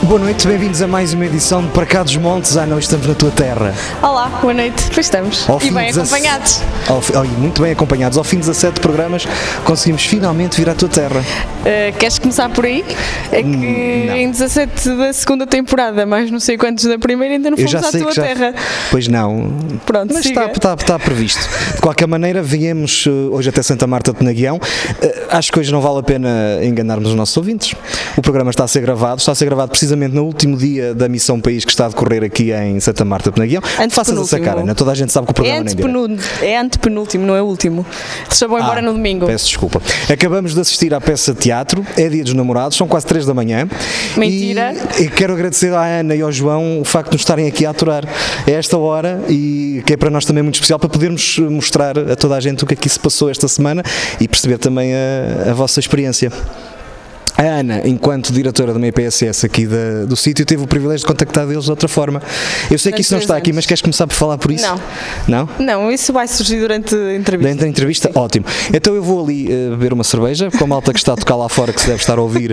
Boa noite, bem-vindos a mais uma edição de Para Cá dos Montes. Ana, hoje estamos na tua terra. Olá, boa noite, pois estamos. E bem acompanhados. Muito bem acompanhados. Ao fim de 17 programas conseguimos finalmente vir à tua terra. Queres começar por aí? É que Não. em 17 da segunda temporada, mas não sei quantos da primeira, ainda não fomos à tua terra. Pois não. Pronto, mas siga. está previsto. De qualquer maneira, viemos hoje até Santa Marta de Penaguião. Acho que hoje não vale a pena enganarmos os nossos ouvintes. O programa está a ser gravado precisamente no último dia da Missão País que está a decorrer aqui em Santa Marta de Penaguião. Faças essa cara, não? Toda a gente sabe que o programa é antepenúltimo, não é o último. Se vão embora no domingo. Peço desculpa. Acabamos de assistir à peça de teatro, é Dia dos Namorados, são quase 3 da manhã. Mentira. E quero agradecer à Ana e ao João o facto de nos estarem aqui a aturar a esta hora, e que é para nós também muito especial, para podermos mostrar a toda a gente o que aqui se passou esta semana e perceber também a vossa experiência. A Ana, enquanto diretora de uma IPSS aqui do sítio, teve o privilégio de contactar deles de outra forma. Eu sei que isso não está aqui, mas queres começar por falar por isso? Não? Não, isso vai surgir durante a entrevista. Durante a entrevista? Sim. Ótimo. Então eu vou ali beber uma cerveja, com a malta que está a tocar lá fora, que se deve estar a ouvir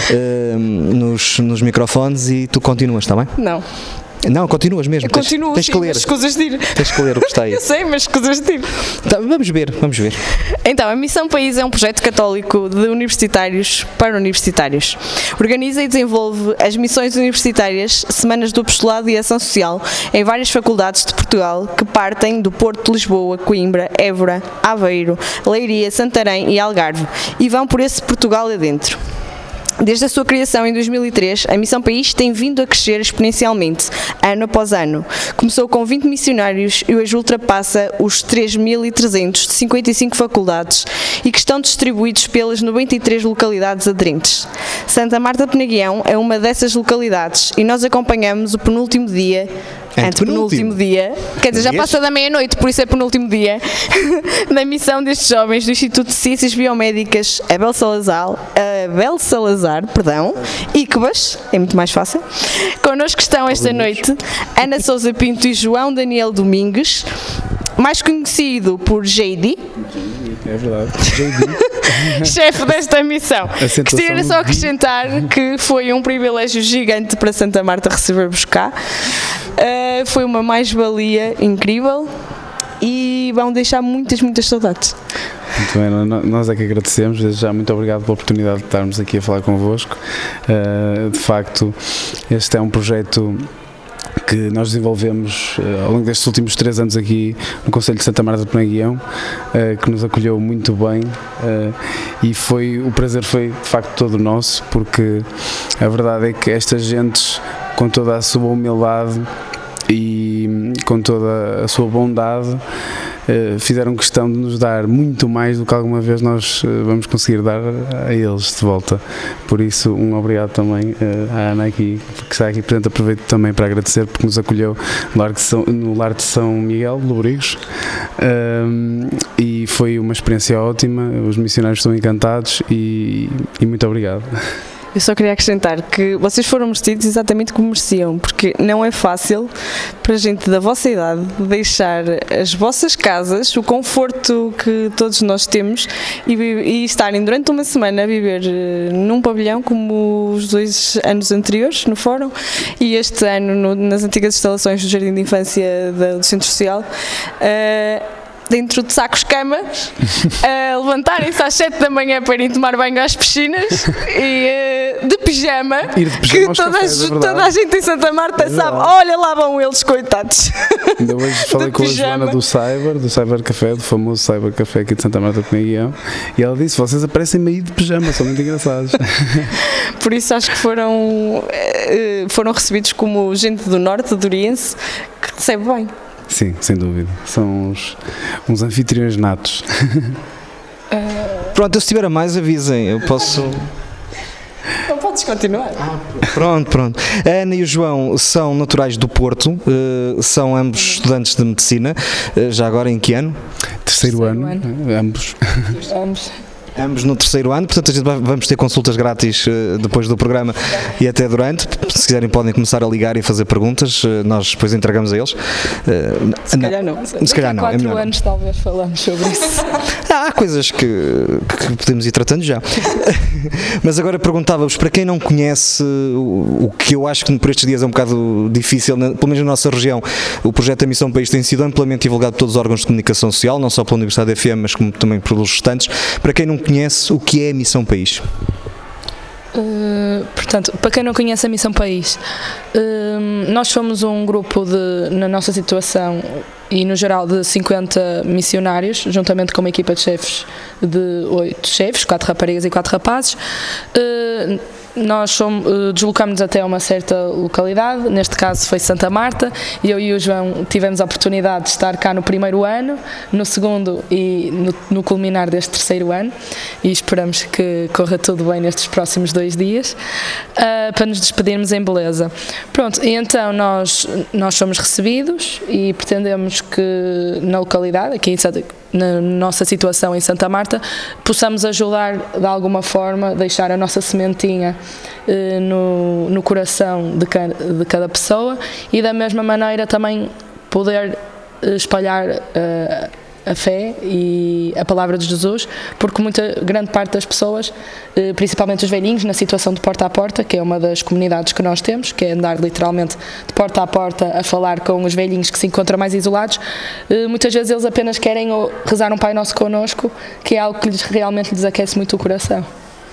nos microfones, e tu continuas, está bem? Não, continuas mesmo. Eu continuo, tens que ler. Mas escusas de ir. Tens que ler o que está aí. Eu sei, mas escusas de ir. Tá, vamos ver. Então, a Missão País é um projeto católico de universitários para universitários. Organiza e desenvolve as missões universitárias, semanas do apostolado e ação social em várias faculdades de Portugal, que partem do Porto de Lisboa, Coimbra, Évora, Aveiro, Leiria, Santarém e Algarve, e vão por esse Portugal adentro. Desde a sua criação em 2003, a Missão País tem vindo a crescer exponencialmente, ano após ano. Começou com 20 missionários e hoje ultrapassa os 3.300 de 55 faculdades e que estão distribuídos pelas 93 localidades aderentes. Santa Marta de Penaguião é uma dessas localidades e nós acompanhamos o penúltimo dia, antepenúltimo dia, quer dizer, já passa da meia-noite, por isso é penúltimo dia, da missão destes jovens do Instituto de Ciências Biomédicas Abel Salazar, ICBAS, é muito mais fácil. Connosco estão esta noite Ana Sousa Pinto e João Daniel Domingues, mais conhecido por JD. É verdade, JD. Chefe desta missão. Gostaria só acrescentar que foi um privilégio gigante para Santa Marta receber-vos cá. Foi uma mais-valia incrível e vão deixar muitas saudades. Muito bem, nós é que agradecemos, desde já muito obrigado pela oportunidade de estarmos aqui a falar convosco. De facto, este é um projeto que nós desenvolvemos ao longo destes últimos 3 anos aqui no Concelho de Santa Marta de Penaguião, que nos acolheu muito bem, e o prazer foi de facto todo nosso, porque a verdade é que estas gentes, com toda a sua humildade e com toda a sua bondade, fizeram questão de nos dar muito mais do que alguma vez nós vamos conseguir dar a eles de volta. Por isso, um obrigado também à Ana aqui, que está aqui presente. Aproveito também para agradecer porque nos acolheu no lar de São Miguel, Lobrigos, e foi uma experiência ótima. Os missionários estão encantados e muito obrigado. Eu só queria acrescentar que vocês foram merecidos exatamente como mereciam, porque não é fácil para gente da vossa idade deixar as vossas casas, o conforto que todos nós temos, e estarem durante uma semana a viver num pavilhão como os 2 anos anteriores no Fórum e este ano nas antigas instalações do Jardim de Infância do Centro Social, dentro de sacos-cama, a levantarem-se às 7 da manhã para irem tomar banho às piscinas e de pijama, que toda a gente em Santa Marta sabe, olha lá vão eles, coitados. Ainda hoje falei com a Joana do Cyber Café, do famoso Cyber Café aqui de Santa Marta de Penaguião, e ela disse, vocês aparecem meio de pijama, são muito engraçados. Por isso acho que foram recebidos como gente do Norte, do Oriense, que recebe bem. Sim, sem dúvida. São uns anfitriões natos. Pronto, se tiver a mais, avisem. Eu posso... Não podes continuar. Pronto. A Ana e o João são naturais do Porto, são ambos estudantes de Medicina. Já agora em que ano? Terceiro ano. Ambos. Ambos no 3º ano, portanto a gente vamos ter consultas grátis depois do programa e até durante. Se quiserem podem começar a ligar e fazer perguntas, nós depois entregamos a eles. Se calhar não. Se calhar não. Daqui a 4 anos talvez falamos sobre isso. há coisas que podemos ir tratando já. Mas agora perguntava-vos, para quem não conhece, o que eu acho que por estes dias é um bocado difícil, pelo menos na nossa região, o projeto da Missão País tem sido amplamente divulgado por todos os órgãos de comunicação social, não só pela Universidade FM, mas como também pelos restantes. Para quem não conhece, o que é a Missão País? Portanto, para quem não conhece a Missão País, nós somos um grupo na nossa situação e no geral de 50 missionários, juntamente com uma equipa de chefes de 8 chefes, 4 raparigas e 4 rapazes. Nós deslocamos-nos até uma certa localidade, neste caso foi Santa Marta, e eu e o João tivemos a oportunidade de estar cá no primeiro ano, no segundo e no culminar deste terceiro ano, e esperamos que corra tudo bem nestes próximos 2 dias, para nos despedirmos em beleza. Pronto, e então nós somos recebidos e pretendemos que na localidade, aqui na nossa situação em Santa Marta, possamos ajudar de alguma forma, deixar a nossa sementinha no coração de cada pessoa e da mesma maneira também poder espalhar a fé e a palavra de Jesus, porque grande parte das pessoas, principalmente os velhinhos, na situação de porta a porta, que é uma das comunidades que nós temos, que é andar literalmente de porta a porta a falar com os velhinhos que se encontram mais isolados, muitas vezes eles apenas querem rezar um Pai Nosso connosco, que é algo que realmente lhes aquece muito o coração.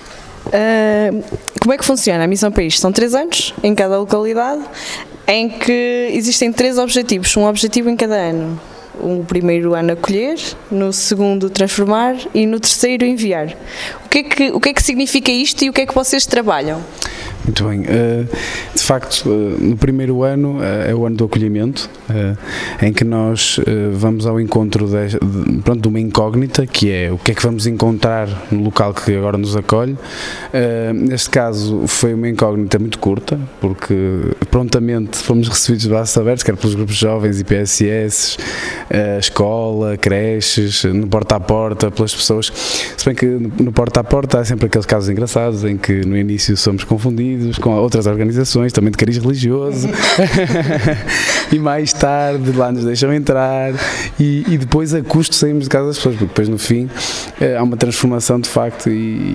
Como é que funciona a Missão País? São 3 anos em cada localidade, em que existem 3 objetivos, um objetivo em cada ano. O primeiro ano acolher, no segundo transformar e no terceiro enviar. O que é que significa isto e o que é que vocês trabalham? Muito bem, de facto no primeiro ano é o ano do acolhimento, em que nós vamos ao encontro de uma incógnita, que é o que é que vamos encontrar no local que agora nos acolhe. Neste caso foi uma incógnita muito curta, porque prontamente fomos recebidos de braços abertos, quer pelos grupos jovens e PSS, escola, creches, no porta a porta, pelas pessoas, se bem que no porta a porta há sempre aqueles casos engraçados em que no início somos confundidos com outras organizações, também de cariz religioso, e mais tarde lá nos deixam entrar e depois a custo saímos de casa das pessoas, porque depois no fim há uma transformação de facto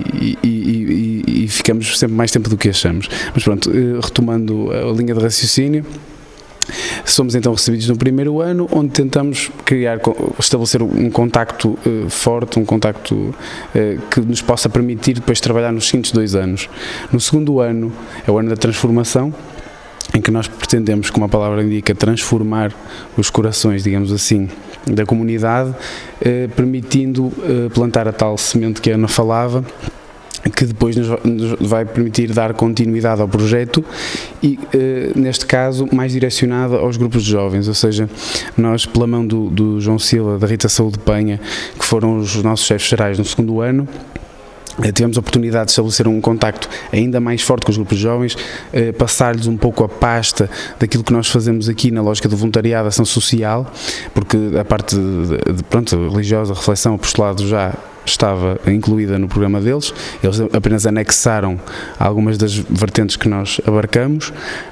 e ficamos sempre mais tempo do que achamos. Mas pronto, retomando a linha de raciocínio, somos então recebidos no primeiro ano, onde tentamos estabelecer um contacto forte, um contacto que nos possa permitir depois trabalhar nos seguintes 2 anos. No segundo ano é o ano da transformação, em que nós pretendemos, como a palavra indica, transformar os corações, digamos assim, da comunidade, permitindo plantar a tal semente que a Ana falava, que depois nos vai permitir dar continuidade ao projeto e, neste caso, mais direcionado aos grupos de jovens, ou seja, nós, pela mão do João Silva, da Rita Saúde Penha, que foram os nossos chefes gerais no segundo ano, tivemos a oportunidade de estabelecer um contacto ainda mais forte com os grupos de jovens, passar-lhes um pouco a pasta daquilo que nós fazemos aqui na lógica do voluntariado, ação social, porque a parte religiosa, a reflexão, o apostolado já estava incluída no programa deles, eles apenas anexaram algumas das vertentes que nós abarcamos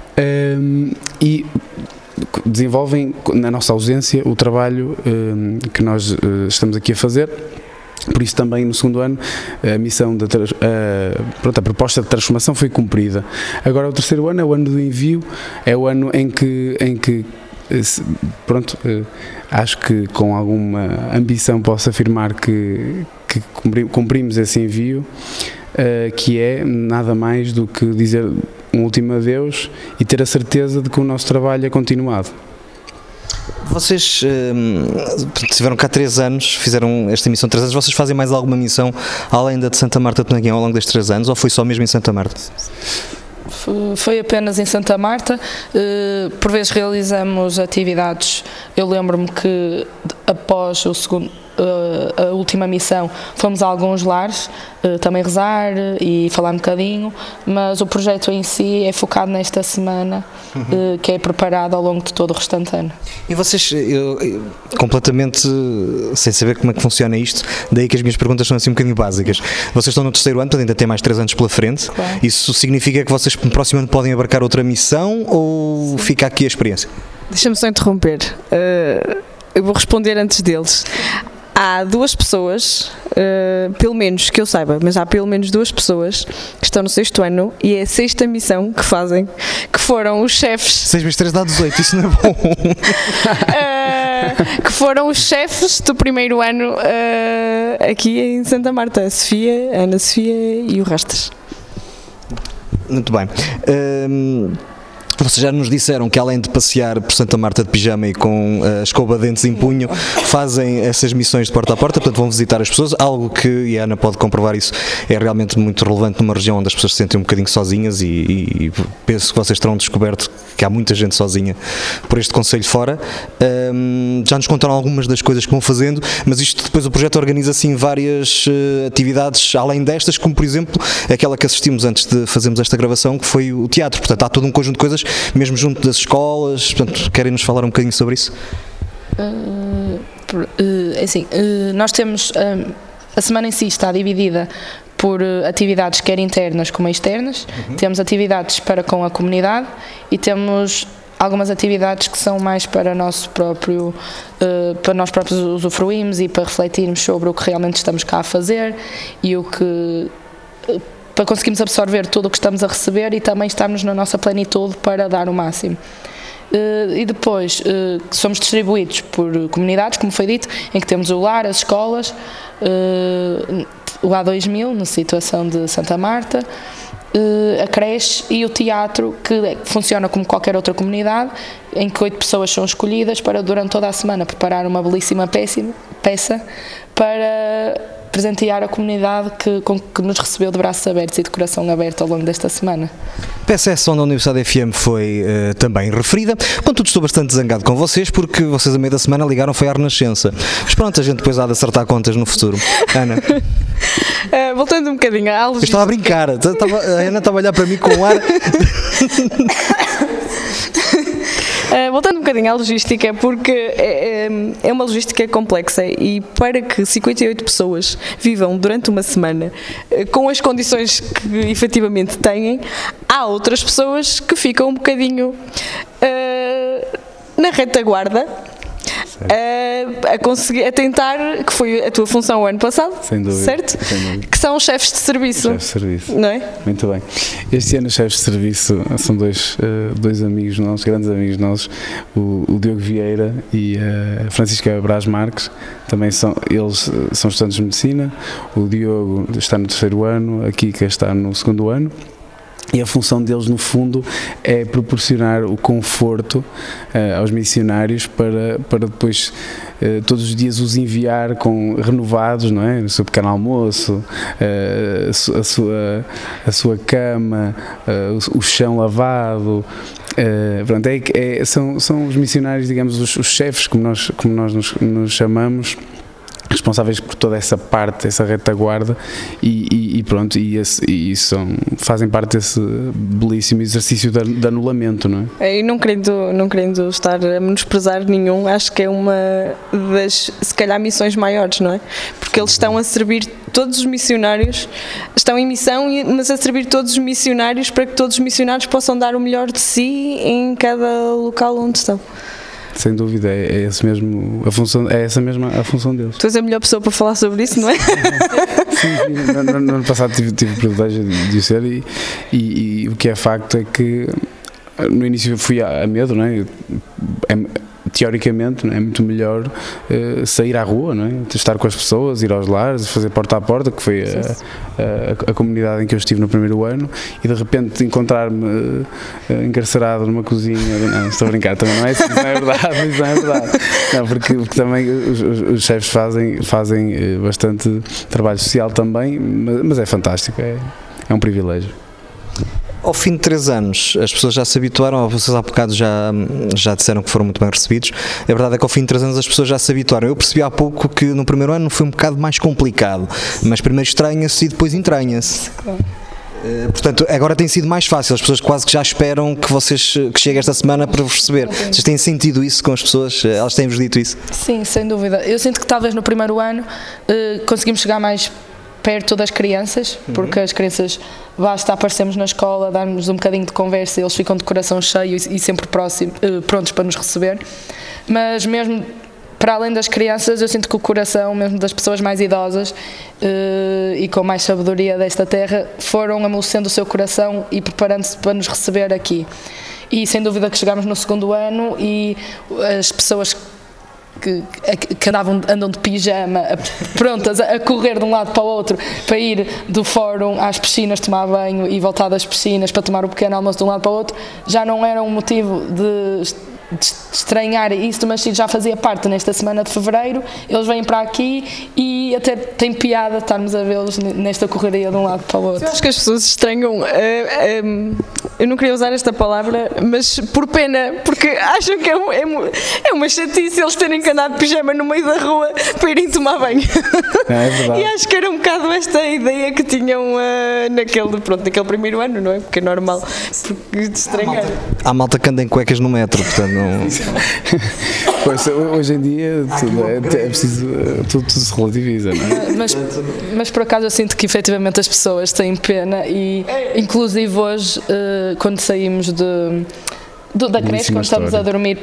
e desenvolvem, na nossa ausência, o trabalho que nós estamos aqui a fazer. Por isso também no segundo ano a missão a proposta de transformação foi cumprida. Agora o terceiro ano é o ano do envio, é o ano em que acho que com alguma ambição posso afirmar que cumprimos esse envio, que é nada mais do que dizer um último adeus e ter a certeza de que o nosso trabalho é continuado. Vocês estiveram cá 3 anos, fizeram esta missão 3 anos, vocês fazem mais alguma missão além da de Santa Marta de Penaguinho ao longo destes 3 anos ou foi só mesmo em Santa Marta? Foi apenas em Santa Marta, por vezes realizamos atividades, eu lembro-me que após a última missão fomos a alguns lares também rezar e falar um bocadinho, mas o projeto em si é focado nesta semana, que é preparado ao longo de todo o restante ano. E vocês, completamente sem saber como é que funciona isto, daí que as minhas perguntas são assim um bocadinho básicas. Vocês estão no terceiro ano, portanto ainda têm mais 3 anos pela frente. Claro. Isso significa que vocês no próximo ano podem abarcar outra missão ou fica aqui a experiência? Deixa-me só interromper. Eu vou responder antes deles. há 2 pessoas, pelo menos que eu saiba, mas há pelo menos 2 pessoas que estão no 6º ano e é a 6ª missão que fazem, que foram os chefes. 6 vezes 3 dá 18, isso não é bom. Que foram os chefes do 1º ano aqui em Santa Marta, a Sofia, a Ana Sofia e o Rastas. Muito bem. Vocês já nos disseram que além de passear por Santa Marta de pijama e com a escova de dentes em punho, fazem essas missões de porta a porta, portanto vão visitar as pessoas, algo que, e a Ana pode comprovar isso, é realmente muito relevante numa região onde as pessoas se sentem um bocadinho sozinhas e penso que vocês terão descoberto que há muita gente sozinha por este concelho fora. Já nos contaram algumas das coisas que vão fazendo, mas isto depois o projeto organiza assim várias atividades além destas, como por exemplo aquela que assistimos antes de fazermos esta gravação, que foi o teatro. Portanto há todo um conjunto de coisas mesmo junto das escolas. Portanto, querem nos falar um bocadinho sobre isso? Nós temos a semana em si está dividida por atividades quer internas como externas. Temos atividades para com a comunidade e temos algumas atividades que são mais para nosso próprio, para nós próprios usufruirmos e para refletirmos sobre o que realmente estamos cá a fazer e o que para conseguirmos absorver tudo o que estamos a receber e também estarmos na nossa plenitude para dar o máximo. E depois somos distribuídos por comunidades, como foi dito, em que temos o lar, as escolas, o A2000, na situação de Santa Marta, a creche e o teatro, que funciona como qualquer outra comunidade, em que 8 pessoas são escolhidas para, durante toda a semana, preparar uma belíssima peça para presentear a comunidade que nos recebeu de braços abertos e de coração aberto ao longo desta semana. A peça essa onde a Universidade FM foi também referida. Contudo, estou bastante zangado com vocês porque vocês a meio da semana ligaram foi à Renascença. Mas pronto, a gente depois há de acertar contas no futuro. Ana? Voltando um bocadinho à logística. Eu estava a brincar, a Ana estava a olhar para mim com o ar... Voltando um bocadinho à logística, porque é uma logística complexa e para que 58 pessoas vivam durante uma semana com as condições que efetivamente têm, há outras pessoas que ficam um bocadinho na retaguarda a tentar, que foi a tua função o ano passado, sem dúvida, certo? Sem dúvida. Que são os chefes de serviço. Chefes de serviço. Não é? Muito bem. Este ano os chefes de serviço são dois amigos nossos, grandes amigos nossos, o Diogo Vieira e a Francisca Brás Marques. Também eles são estudantes de medicina. O Diogo está no 3º ano, a Kika está no 2º ano. E a função deles, no fundo, é proporcionar o conforto aos missionários para depois todos os dias os enviar renovados, não é? O seu pequeno almoço, a sua cama, o chão lavado. Pronto, são os missionários, digamos, os chefes, como nós nos chamamos, responsáveis por toda essa parte, essa retaguarda e pronto, fazem parte desse belíssimo exercício de anulamento, não é? E não querendo estar a menosprezar nenhum, acho que é uma das, se calhar, missões maiores, não é? Porque eles estão a servir todos os missionários, estão em missão, mas a servir todos os missionários para que todos os missionários possam dar o melhor de si em cada local onde estão. Sem dúvida, é essa mesma a função deles. Tu és a melhor pessoa para falar sobre isso, não é? Sim, no ano passado tive o privilégio de o ser e o que é facto é que no início fui a medo, não é? Teoricamente, não é muito melhor sair à rua, não é? Estar com as pessoas, ir aos lares, fazer porta a porta, que foi a comunidade em que eu estive no 1º ano, e de repente encontrar-me encarcerado numa cozinha. Não, estou a brincar, também não é verdade. Não, porque também os chefes fazem bastante trabalho social também, mas é fantástico, é um privilégio. Ao fim de 3 anos, as pessoas já se habituaram, vocês há bocado já disseram que foram muito bem recebidos. A verdade é que ao fim de 3 anos as pessoas já se habituaram. Eu percebi há pouco que no 1º ano foi um bocado mais complicado, mas primeiro estranha-se e depois entranha-se. Claro. Portanto, agora tem sido mais fácil, as pessoas quase que já esperam que chegue esta semana para vos receber. Vocês têm sentido isso com as pessoas? Elas têm-vos dito isso? Sim, sem dúvida. Eu sinto que talvez no 1º ano conseguimos chegar mais perto das crianças, porque as crianças basta aparecermos na escola, darmos um bocadinho de conversa, eles ficam de coração cheio e sempre prontos para nos receber, mas mesmo para além das crianças, eu sinto que o coração mesmo das pessoas mais idosas e com mais sabedoria desta terra foram amolecendo o seu coração e preparando-se para nos receber aqui. E sem dúvida que chegámos no segundo ano e as pessoas que andam de pijama, prontas a correr de um lado para o outro, para ir do fórum às piscinas tomar banho e voltar das piscinas para tomar o pequeno almoço de um lado para o outro, já não era um motivo de estranhar isso, mas já fazia parte nesta semana de fevereiro. Eles vêm para aqui e até tem piada estarmos a vê-los nesta correria de um lado para o outro. Eu acho que as pessoas estranham, eu não queria usar esta palavra, mas por pena, porque acham que é uma chatice eles terem que andar de pijama no meio da rua para irem tomar banho. É verdade. E acho que era um bocado esta ideia que tinham naquele primeiro ano, não é? Porque é normal, porque de estranhar. Há malta que anda em cuecas no metro, portanto não... Pois, hoje em dia é preciso, tudo se relativiza, não é? Mas por acaso eu sinto que efetivamente as pessoas têm pena e inclusive hoje quando saímos da creche, quando estamos a dormir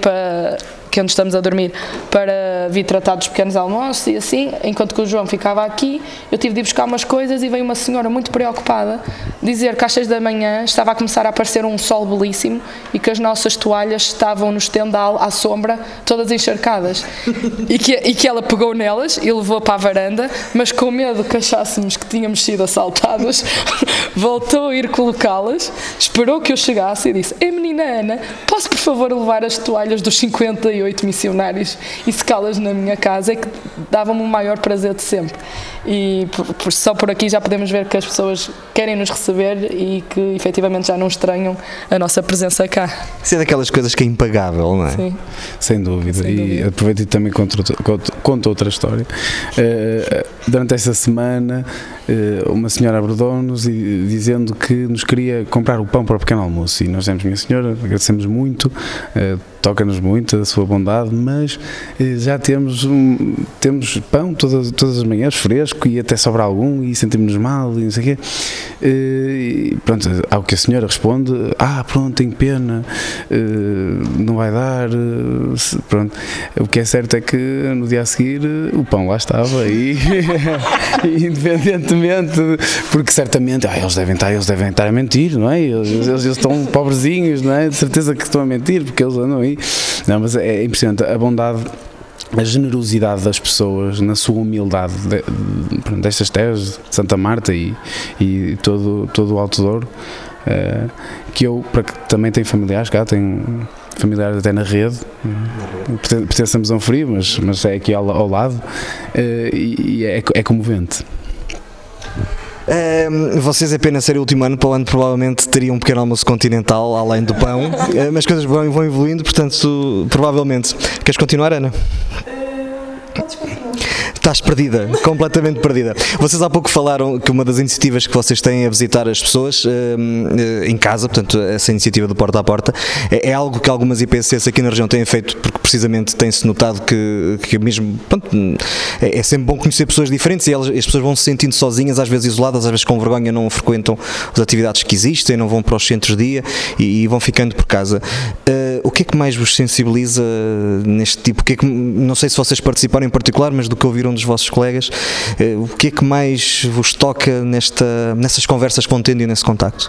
para vir tratar dos pequenos almoços e assim, enquanto que o João ficava aqui, eu tive de ir buscar umas coisas e veio uma senhora muito preocupada dizer que às 6 da manhã estava a começar a aparecer um sol belíssimo e que as nossas toalhas estavam no estendal à sombra, todas encharcadas e que ela pegou nelas e levou para a varanda, mas com medo que achássemos que tínhamos sido assaltados voltou a ir colocá-las, esperou que eu chegasse e disse: menina Ana, posso por favor levar as toalhas dos 58 missionários e secá-las na minha casa? É que dava-me o maior prazer de sempre. E só por aqui já podemos ver que as pessoas querem nos receber e que efetivamente já não estranham a nossa presença cá. Isso é daquelas coisas que é impagável, não é? Sim. Sem dúvida. E aproveito e também conto outra história. Durante esta semana uma senhora abordou-nos dizendo que nos queria comprar o pão para o pequeno almoço e nós dissemos: minha senhora, agradecemos muito, toca-nos muito a sua bondade, mas já temos pão todas as manhãs fresco e até sobra algum e sentimos-nos mal e não sei o quê. E pronto, ao que a senhora responde: pronto, tenho pena, não vai dar. Pronto. O que é certo é que no dia a seguir o pão lá estava e independentemente, porque certamente eles devem estar a mentir, não é? Eles estão pobrezinhos, não é? De certeza que estão a mentir porque eles andam aí. Não, mas é impressionante a bondade, a generosidade das pessoas na sua humildade destas terras de Santa Marta e todo o Alto Douro, que eu também tenho familiares cá, tenho familiares até na rede, pertencemos a um frio, mas é aqui ao lado, e é comovente. Vocês, é pena ser o último ano, para o ano provavelmente teriam um pequeno almoço continental além do pão, mas coisas vão evoluindo, portanto, provavelmente. Queres continuar, Ana? Estás perdida, completamente perdida. Vocês há pouco falaram que uma das iniciativas que vocês têm é visitar as pessoas em casa, portanto essa iniciativa do Porta a Porta é algo que algumas IPCs aqui na região têm feito, porque precisamente tem-se notado que mesmo, pronto, é sempre bom conhecer pessoas diferentes e as pessoas vão se sentindo sozinhas, às vezes isoladas, às vezes com vergonha, não frequentam as atividades que existem, não vão para os centros de dia e vão ficando por casa. O que é que mais vos sensibiliza neste tipo? Não sei se vocês participaram em particular, mas do que ouviram dos vossos colegas, o que é que mais vos toca nessas conversas que vão tendo e nesse contacto?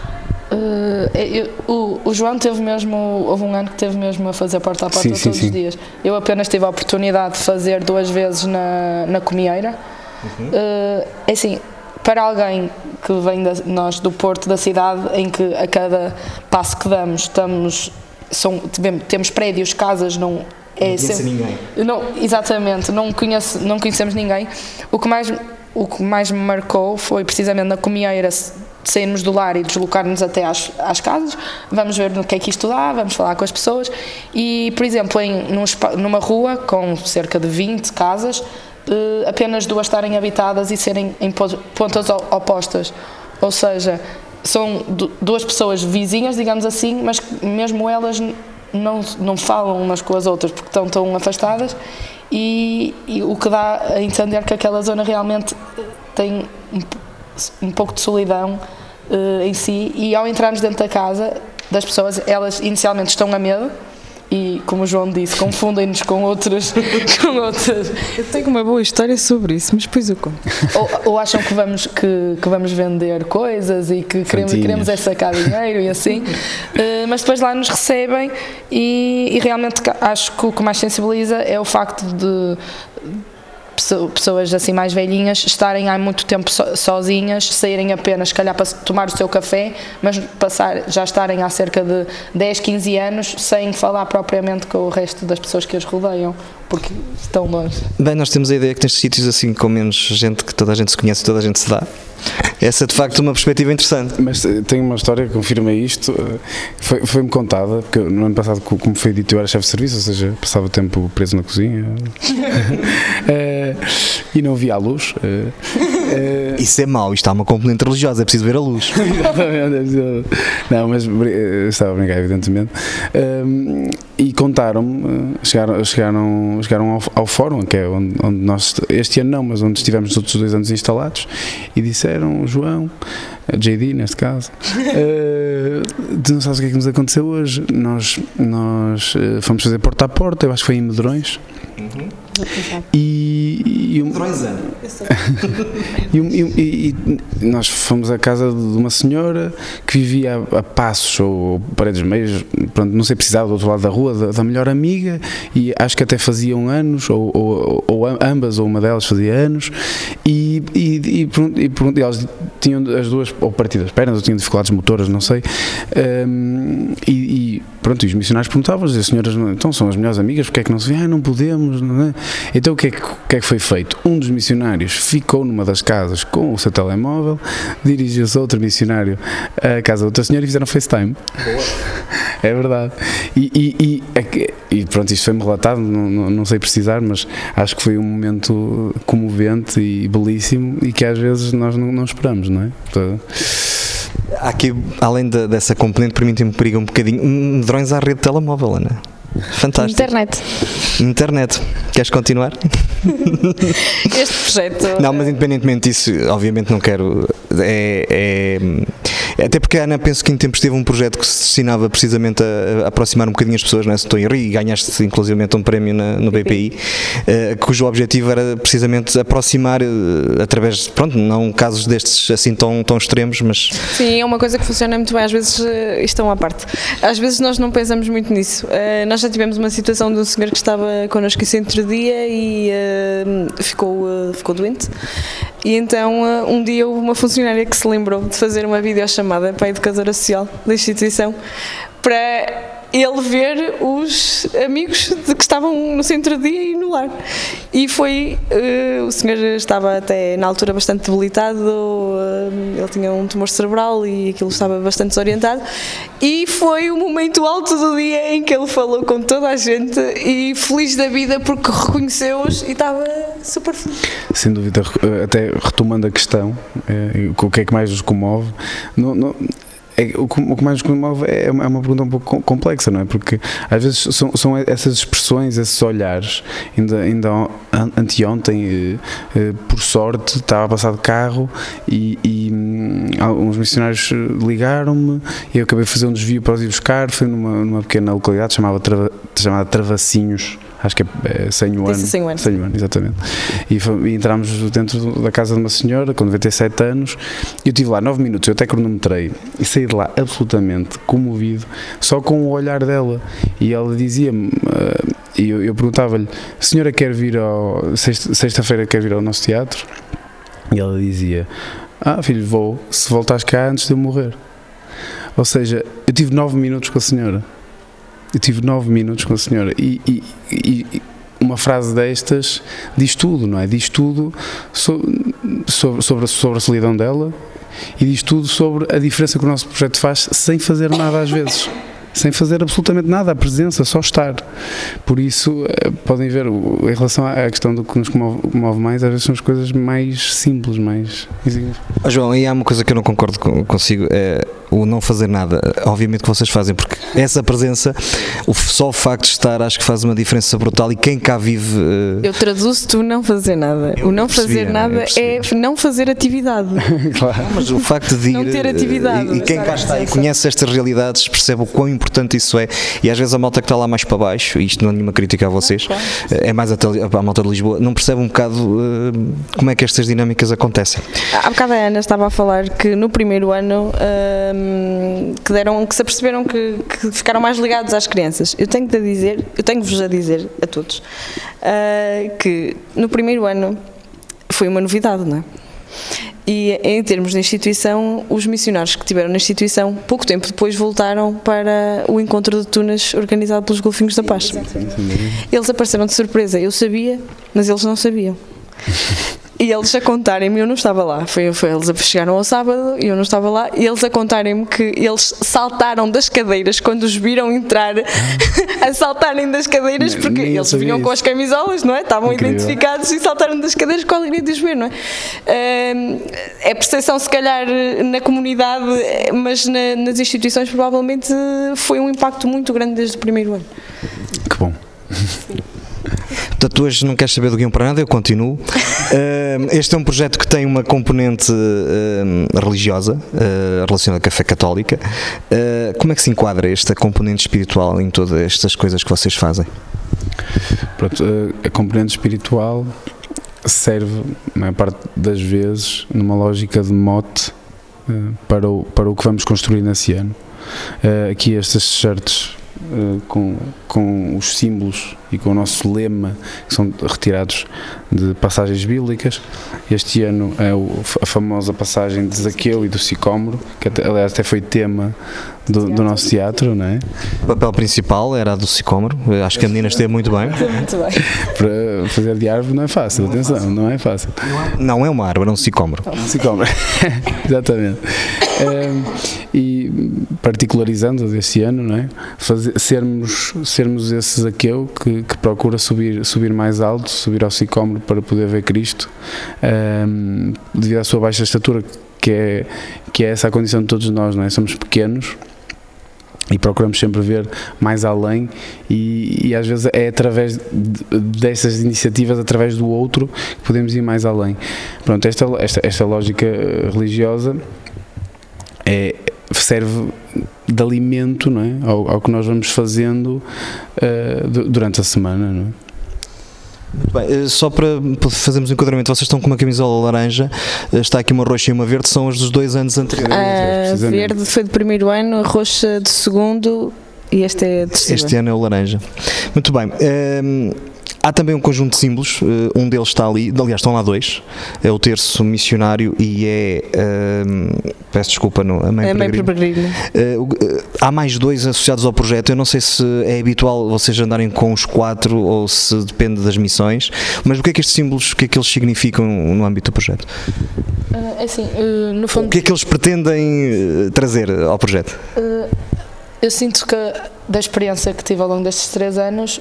O João houve um ano que teve mesmo a fazer porta a porta todos os dias. Eu apenas tive a oportunidade de fazer 2 vezes na Comieira. É assim, para alguém que vem nós do Porto, da cidade, em que a cada passo que damos temos prédios, casas, não conhece ninguém. Não, exatamente, não conhecemos ninguém. O que mais me marcou foi precisamente na Comieira sairmos do lar e deslocar-nos até às casas, vamos ver no que é que isto dá, vamos falar com as pessoas e, por exemplo, numa rua com cerca de 20 casas, apenas 2 estarem habitadas e serem em pontas opostas, ou seja, são 2 pessoas vizinhas, digamos assim, mas mesmo elas não falam umas com as outras porque estão tão afastadas e o que dá a entender que aquela zona realmente tem um pouco de solidão em si, e ao entrarmos dentro da casa das pessoas, elas inicialmente estão a medo e, como o João disse, confundem-nos com outras. Eu tenho uma boa história sobre isso, mas depois eu conto. Ou acham que vamos vender coisas e que queremos é sacar dinheiro e assim, mas depois lá nos recebem e realmente acho que o que mais sensibiliza é o facto de pessoas assim mais velhinhas estarem há muito tempo sozinhas, saírem apenas se calhar para tomar o seu café, mas já estarem há cerca de 10, 15 anos sem falar propriamente com o resto das pessoas que as rodeiam, porque estão longe. Bem, nós temos a ideia que nestes sítios assim com menos gente, que toda a gente se conhece e toda a gente se dá, essa é de facto uma perspectiva interessante. Mas tenho uma história que confirma isto, foi-me contada, porque no ano passado, como foi dito, eu era chefe de serviço, ou seja, passava tempo preso na cozinha e não via a luz. Isso é mau, isto há uma componente religiosa, é preciso ver a luz. Não, mas estava a brincar, evidentemente. E contaram-me, chegaram ao fórum, que é onde nós, este ano não, mas onde estivemos os outros 2 anos instalados, e disseram, João, JD neste caso, tu não sabes o que é que nos aconteceu hoje, nós fomos fazer porta a porta, eu acho que foi em Medrões. E nós fomos à casa de uma senhora que vivia a passos ou paredes meias, pronto, não sei precisar, do outro lado da rua, da melhor amiga, e acho que até faziam anos, ou ambas, ou uma delas fazia anos, e elas tinham as duas ou partidas pernas, ou tinham dificuldades motoras, não sei, e pronto, e os missionários perguntavam, as senhoras, então são as melhores amigas, porque é que não se vê? Não podemos, não é? Então o que é que foi feito? Um dos missionários ficou numa das casas com o seu telemóvel, dirigiu-se a outro missionário à casa de outra senhora e fizeram FaceTime. Boa. É verdade. E pronto, isto foi-me relatado, não sei precisar, mas acho que foi um momento comovente e belíssimo e que às vezes nós não esperamos, não é? Portanto, aqui, além dessa componente, permitem-me perigar um bocadinho, Medrões à rede de telemóvel, Ana. Fantástico. Internet. Queres continuar? Este projeto... Não, mas independentemente disso, obviamente não quero... Até porque a Ana, penso que em tempos teve um projeto que se destinava precisamente a aproximar um bocadinho as pessoas, não é? Se estou em erro, e ganhaste inclusivamente um prémio no BPI, cujo objetivo era precisamente aproximar através, pronto, não casos destes assim tão extremos, mas... Sim, é uma coisa que funciona muito bem, às vezes isto é uma parte. Às vezes nós não pensamos muito nisso. Nós já tivemos uma situação de um senhor que estava connosco esse dia e ficou doente. E então um dia houve uma funcionária que se lembrou de fazer uma videochamada para a educadora social da instituição para ele ver os amigos que estavam no centro de dia e no lar. E foi, o senhor estava até na altura bastante debilitado, ele tinha um tumor cerebral e aquilo estava bastante desorientado, e foi o momento alto do dia em que ele falou com toda a gente e feliz da vida porque reconheceu-os e estava super feliz. Sem dúvida, até retomando a questão, o que é que mais nos comove, o que mais nos comove é uma pergunta um pouco complexa, não é? Porque às vezes são essas expressões, esses olhares. Ainda anteontem, por sorte, estava a passar de carro e uns missionários ligaram-me e eu acabei de fazer um desvio para os ir buscar. Foi numa pequena localidade chamada Travassinhos. Acho que é Senho Ano, exatamente. E entramos dentro da casa de uma senhora com 97 anos e eu estive lá 9 minutos, eu até cronometrei e saí de lá absolutamente comovido só com o olhar dela. E ela dizia-me, e eu perguntava-lhe, a senhora quer vir sexta-feira quer vir ao nosso teatro? E ela dizia, filho, vou, se voltares cá antes de eu morrer. Ou seja, eu tive 9 minutos com a senhora. E uma frase destas diz tudo, não é? Diz tudo sobre a solidão dela e diz tudo sobre a diferença que o nosso projeto faz sem fazer nada às vezes. Sem fazer absolutamente nada, a presença, só estar. Por isso, podem ver, em relação à questão do que nos comove mais, às vezes são as coisas mais simples, mais exíguas. João, e há uma coisa que eu não concordo consigo, é o não fazer nada. Obviamente que vocês fazem, porque essa presença, só o facto de estar, acho que faz uma diferença brutal, e quem cá vive... Eu traduzo-te o não fazer nada. O não fazer nada é não fazer atividade. Claro. Mas o facto de ir... Não ter atividade. E quem cá está e conhece estas realidades percebe o quão importante importante isso é, e às vezes a malta que está lá mais para baixo, e isto não é nenhuma crítica a vocês, é mais a malta de Lisboa, não percebe um bocado como é que estas dinâmicas acontecem. Há bocado a Ana estava a falar que no primeiro ano que se aperceberam que ficaram mais ligados às crianças. Eu tenho-vos a dizer a todos que no primeiro ano foi uma novidade, não é? E em termos de instituição, os missionários que estiveram na instituição, pouco tempo depois voltaram para o encontro de Tunas organizado pelos Golfinhos da Paz. Eles apareceram de surpresa, eu sabia, mas eles não sabiam. E eles a contarem-me, eu não estava lá, eles chegaram ao sábado e eu não estava lá, e eles a contarem-me que eles saltaram das cadeiras quando os viram entrar, a saltarem das cadeiras, porque eles vinham com as camisolas, não é? Estavam identificados e saltaram das cadeiras com a alegria de os ver, não é? É percepção se calhar na comunidade, mas nas instituições provavelmente foi um impacto muito grande desde o primeiro ano. Que bom. Portanto, hoje não queres saber do guião para nada, eu continuo. Este é um projeto que tem uma componente religiosa, relacionada com a fé católica. Como é que se enquadra esta componente espiritual em todas estas coisas que vocês fazem? Pronto, a componente espiritual serve, a maior parte das vezes, numa lógica de mote para o que vamos construir nesse ano. Aqui estes t-shirts com os símbolos e com o nosso lema, que são retirados de passagens bíblicas. Este ano é a famosa passagem de Zaqueu e do Sicómoro, que aliás até foi tema do nosso teatro, não é? O papel principal era a do Sicómoro, acho que a menina esteve muito bem. Muito bem. Para fazer de árvore não é fácil, atenção, não é fácil. Não é uma árvore, é um sicómoro. Sicómoro, exatamente. E particularizando deste ano, não é? Sermos esse Zaqueu que procura subir mais alto, subir ao Sicómoro para poder ver Cristo, devido à sua baixa estatura, que é essa a condição de todos nós, não é? Somos pequenos e procuramos sempre ver mais além, e às vezes é através dessas iniciativas, através do outro, que podemos ir mais além. Pronto, esta lógica religiosa serve de alimento, não é? ao que nós vamos fazendo durante a semana, não é? Muito bem, só para fazermos um enquadramento, vocês estão com uma camisola laranja, está aqui uma roxa e uma verde, são as dos 2 anos anteriores. A verde foi do primeiro ano, a roxa do segundo e este é do terceiro. Este ano é o laranja. Muito bem. Há também um conjunto de símbolos, um deles está ali, aliás estão lá 2, é o terço missionário e peço desculpa, a Mãe Peregrina. Há mais 2 associados ao projeto, eu não sei se é habitual vocês andarem com os 4 ou se depende das missões, mas o que é que estes símbolos, o que é que eles significam no âmbito do projeto? Assim, no fundo, o que é que eles pretendem trazer ao projeto? Eu sinto que da experiência que tive ao longo destes 3 anos,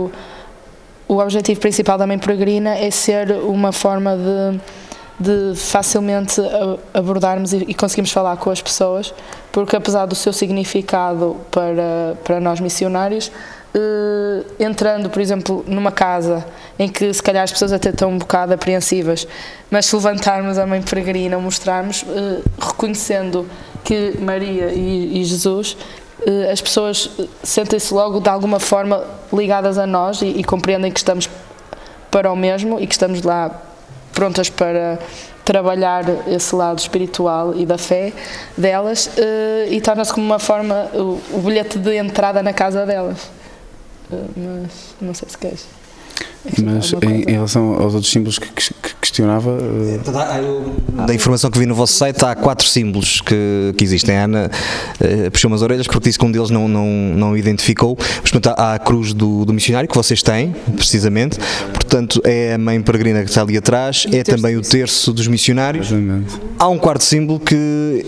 o objetivo principal da Mãe Peregrina é ser uma forma de facilmente abordarmos e conseguirmos falar com as pessoas, porque apesar do seu significado para nós missionários, entrando, por exemplo, numa casa em que se calhar as pessoas até estão um bocado apreensivas, mas se levantarmos a Mãe Peregrina, mostrarmos, reconhecendo que Maria e Jesus, as pessoas sentem-se logo de alguma forma ligadas a nós e compreendem que estamos para o mesmo e que estamos lá prontas para trabalhar esse lado espiritual e da fé delas, e torna-se como uma forma, o bilhete de entrada na casa delas. Mas não sei se queres. Mas em relação aos outros símbolos que questionava... Da informação que vi no vosso site, há 4 símbolos que existem. A Ana puxou umas orelhas porque disse que um deles não identificou. Mas, portanto, há a cruz do missionário que vocês têm, precisamente. Portanto, é a Mãe Peregrina que está ali atrás, é também o terço dos missionários. Há um 4º símbolo que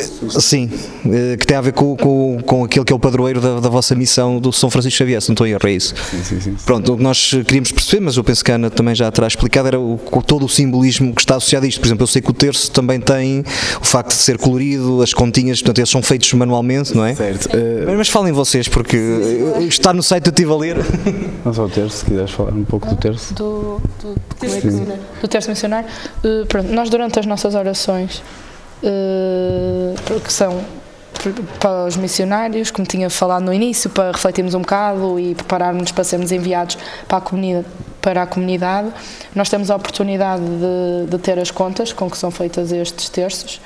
tem a ver com aquele que é o padroeiro da vossa missão do São Francisco Xavier, se não estou a errar, é isso. Sim. Pronto, o que nós queríamos perceber, mas eu penso que a Ana também já terá explicado, era todo o simbolismo que está associado a isto. Por exemplo, eu sei que o terço também tem o facto de ser colorido, as continhas, portanto, eles são feitos manualmente, não é? Certo. Mas falem vocês, porque está no site, eu estive a ler. Não só o terço, se quiseres falar um pouco do terço. Do terço missionário. Pronto, nós durante as nossas orações, porque são para os missionários, como tinha falado no início, para refletirmos um bocado e prepararmos para sermos enviados para a comunidade. Nós temos a oportunidade de ter as contas com que são feitas estes terços,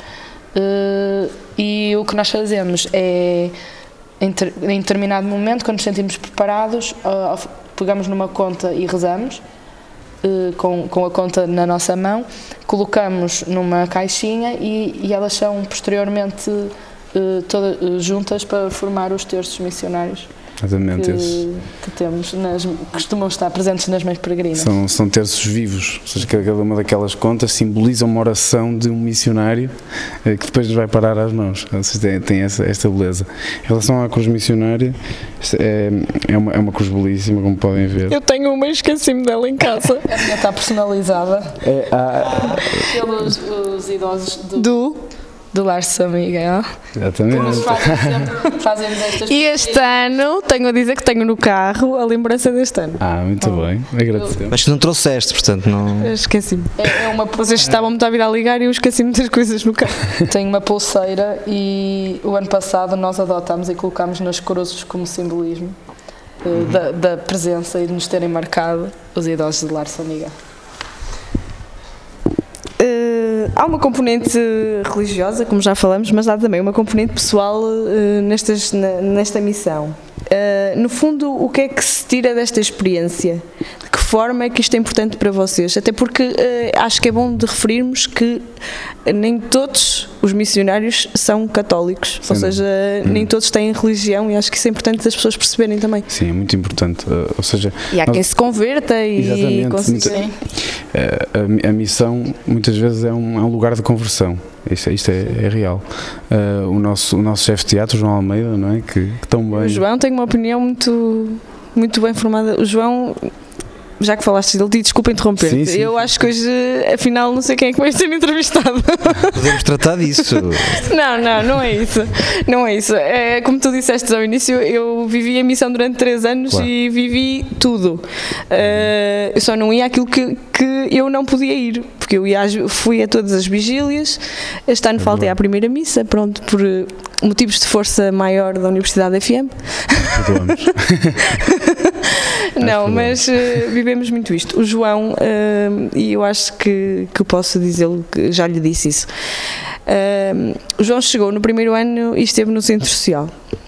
e o que nós fazemos é, em determinado momento, quando nos sentimos preparados, pegamos numa conta e rezamos, com a conta na nossa mão, colocamos numa caixinha e elas são posteriormente todas juntas para formar os terços missionários que temos, costumam estar presentes nas meias peregrinas. São terços vivos, ou seja, cada uma daquelas contas simboliza uma oração de um missionário que depois nos vai parar às mãos. Ou seja, tem esta beleza. Em relação à cruz missionária, é uma cruz belíssima, como podem ver. Eu tenho uma e esqueci-me dela em casa. A minha está personalizada pelos os idosos do Lar São Miguel. Exatamente. Fazemos estas. E este ano, tenho a dizer que tenho no carro a lembrança deste ano. Muito bem, agradecemos. Mas tu não trouxeste, portanto não... Eu esqueci-me. Vocês estavam muito a vir a ligar e eu esqueci muitas coisas no carro. Tenho uma pulseira e o ano passado nós adotámos e colocámos nas cruzes como simbolismo da presença e de nos terem marcado os idosos do Lar São Miguel. Há uma componente religiosa, como já falamos, mas há também uma componente pessoal nesta missão. No fundo, o que é que se tira desta experiência? De que forma é que isto é importante para vocês? Até porque acho que é bom de referirmos que nem todos os missionários são católicos, ou seja, nem todos têm religião, e acho que isso é importante as pessoas perceberem também. Sim, é muito importante. Ou seja, e há quem se converta e consiga. A missão muitas vezes é um lugar de conversão. Isto é real. O nosso chefe de teatro, João Almeida, não é? Que tão bem... O João tem uma opinião muito bem formada. O João, já que falaste dele, desculpa interromper, eu acho que hoje, afinal, não sei quem é que vai ser entrevistado. Podemos tratar disso. Não é isso. Não é isso. Como tu disseste ao início, eu vivi a missão durante 3 anos, claro. E vivi tudo. Eu só não ia àquilo que eu não podia ir, porque eu fui a todas as vigílias. Este ano faltei à primeira missa, pronto, por motivos de força maior da Universidade FM. Não, mas vivemos muito isto. O João, e eu acho que posso dizê-lo, que já lhe disse isso. O João chegou no primeiro ano e esteve no Centro Social.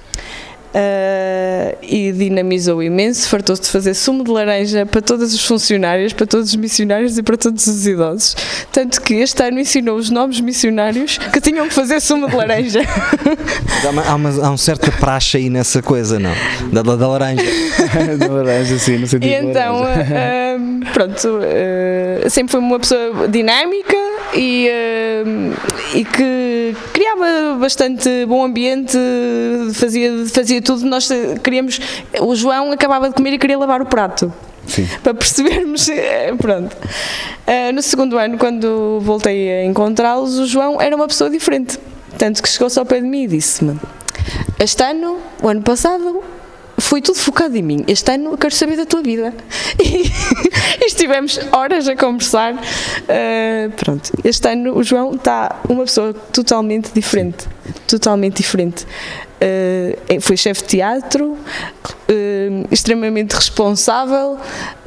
E dinamizou imenso, fartou-se de fazer sumo de laranja para todos os funcionários, para todos os missionários e para todos os idosos. Tanto que este ano ensinou os novos missionários que tinham que fazer sumo de laranja. Há um certo praxe aí nessa coisa, não? Da laranja. Da laranja, sim, no sentido. E então, pronto, sempre foi uma pessoa dinâmica e que criava bastante bom ambiente, fazia tudo. Nós queríamos, o João acabava de comer e queria lavar o prato. Sim. Para percebermos, pronto. No segundo ano, quando voltei a encontrá-los, o João era uma pessoa diferente, tanto que chegou-se ao pé de mim e disse-me: este ano, o ano passado, foi tudo focado em mim. Este ano eu quero saber da tua vida. E estivemos horas a conversar. Pronto, este ano o João está uma pessoa totalmente diferente. Totalmente diferente. Foi chefe de teatro, extremamente responsável.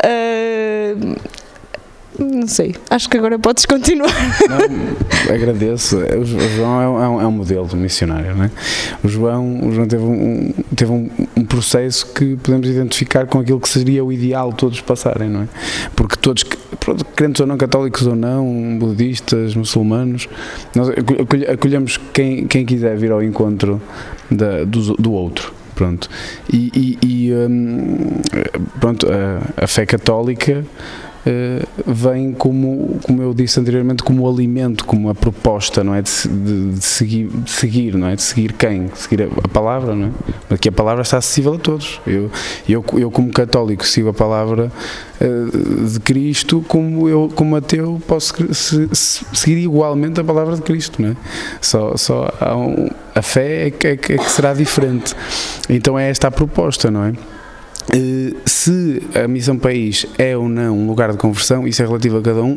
Não sei, acho que agora podes continuar. Não, agradeço. O João é um modelo de missionário, não é? O João teve um processo que podemos identificar com aquilo que seria o ideal de todos passarem, não é? Porque todos, crentes ou não, católicos ou não, budistas, muçulmanos, nós acolhemos quem quiser vir ao encontro do outro. Pronto. Pronto, a fé católica vem como eu disse anteriormente, como o alimento, como a proposta, não é, de seguir, não é, de seguir quem? Seguir a palavra, não é? Porque a palavra está acessível a todos. Eu como católico sigo a palavra de Cristo, como ateu posso seguir igualmente a palavra de Cristo, não é? Só a fé é que será diferente. Então é esta a proposta, não é? Se a Missão País é ou não um lugar de conversão, isso é relativo a cada um,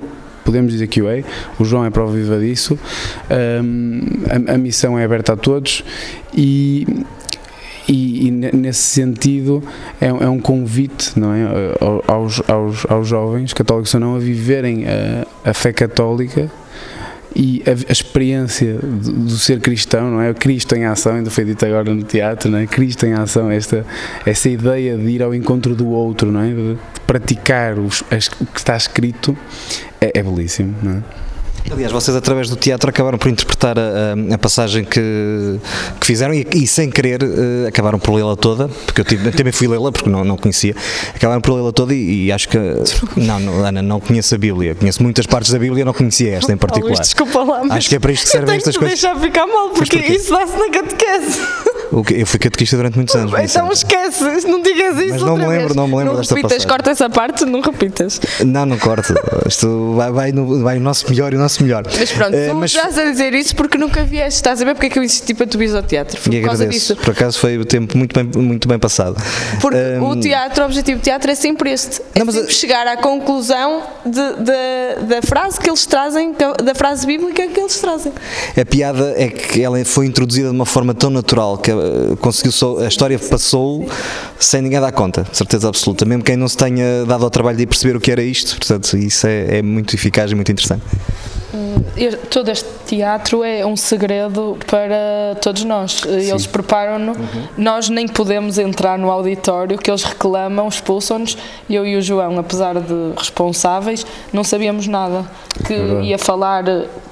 podemos dizer QA, o João é prova viva disso. A missão é aberta a todos e nesse sentido é um convite, não é, aos jovens católicos ou não a viverem a fé católica e a experiência do ser cristão, não é? Cristo em ação, ainda foi dito agora no teatro, não é? Cristo em ação, essa ideia de ir ao encontro do outro, não é? De praticar o que está escrito é belíssimo, não é? Aliás, vocês através do teatro acabaram por interpretar a passagem que fizeram e sem querer acabaram por lê-la toda, porque eu também fui lê-la porque não conhecia, acabaram por lê-la toda e acho que não, Ana, não conheço a Bíblia, conheço muitas partes da Bíblia, não conhecia esta em particular. Luís, desculpa lá, mas acho que é para isto que servem estas coisas. Deixar ficar mal, porque isso dá-se na catequese. Eu fui catequista durante muitos anos. Então esquece, não digas isso. Mas não me lembro desta passagem. Corta essa parte, não repitas. Não corto. Isto vai no nosso melhor e o nosso melhor. Mas pronto, tu estás a dizer isso porque nunca vieste. Estás a ver porque é que eu insisti para tu vires ao teatro? Foi por causa disso. Por acaso foi o tempo muito bem passado. Porque o objetivo do teatro é sempre este. Sempre chegar à conclusão da frase que eles trazem, da frase bíblica que eles trazem. A piada é que ela foi introduzida de uma forma tão natural que a história passou sem ninguém dar conta, certeza absoluta, mesmo quem não se tenha dado ao trabalho de perceber o que era isto. Portanto, isso é muito eficaz e muito interessante. Todo este teatro é um segredo para todos nós. Eles preparam-nos, nós nem podemos entrar no auditório, que eles reclamam, expulsam-nos. Eu e o João, apesar de responsáveis, não sabíamos nada. Que ia falar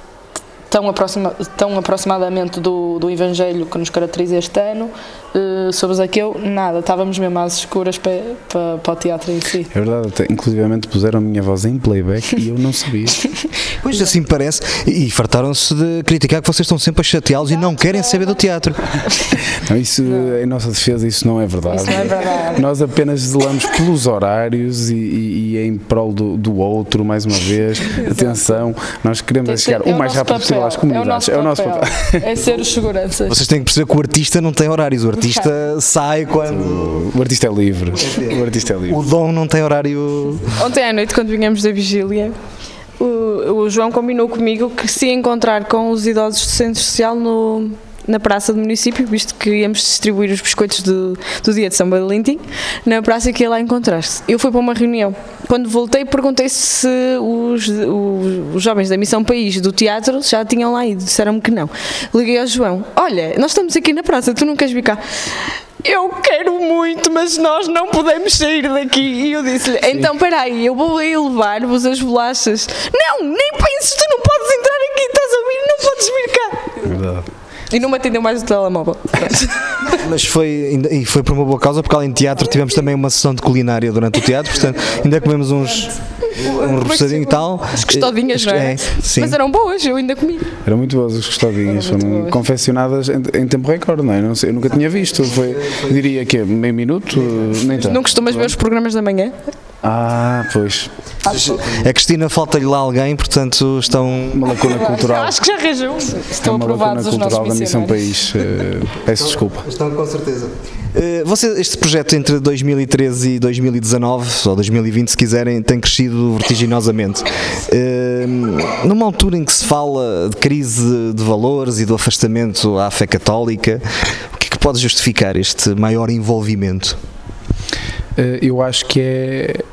tão aproximadamente do Evangelho que nos caracteriza este ano, sobre Zaqueu, nada, estávamos mesmo às escuras para o teatro em si. É verdade, até, inclusivamente puseram a minha voz em playback e eu não sabia. Pois assim parece, e fartaram-se de criticar que vocês estão sempre a chateá-los e não querem saber do teatro. Não, isso, em nossa defesa, isso não é verdade. Isso não é verdade. Nós apenas zelamos pelos horários e em prol do outro, mais uma vez. Atenção, nós queremos chegar o mais rápido possível às comunidades. É o nosso papel. É ser os seguranças. Vocês têm que perceber que o artista não tem horários, o artista sai quando... O artista é livre. O artista é livre. O dom não tem horário. Ontem à noite, quando vinhamos da vigília, o João combinou comigo que se ia encontrar com os idosos do Centro Social na praça do município, visto que íamos distribuir os biscoitos do dia de São Valentim, na praça que ia lá encontrar-se. Eu fui para uma reunião. Quando voltei, perguntei se os jovens da Missão País do teatro já tinham lá ido. Disseram-me que não. Liguei ao João. Olha, nós estamos aqui na praça, tu não queres vir cá? Eu quero muito, mas nós não podemos sair daqui. E eu disse-lhe, então peraí, eu vou aí levar-vos as bolachas. Não, nem penses, tu não podes entrar aqui, estás a ouvir, não podes vir cá. Verdade. E não me atendeu mais o telemóvel. Mas foi por uma boa causa, porque além de teatro tivemos também uma sessão de culinária durante o teatro, portanto ainda comemos um repousadinho e tal. As costadinhas, não é? Sim. Mas eram boas, eu ainda comi. Eram muito boas as costadinhas, foram confeccionadas em tempo recorde, não é? Não sei, eu nunca tinha visto, diria que meio minuto, nem tanto. Não costumas ver os programas da manhã? Ah, pois. A Cristina falta-lhe lá alguém, portanto estão... Uma lacuna cultural. Acho que já arranjou. Estão aprovados os nossos da Missão País. Peço desculpa. Estão com certeza. Este projeto entre 2013 e 2019, ou 2020 se quiserem, tem crescido vertiginosamente. Numa altura em que se fala de crise de valores e do afastamento à fé católica, o que é que pode justificar este maior envolvimento? Eu acho que é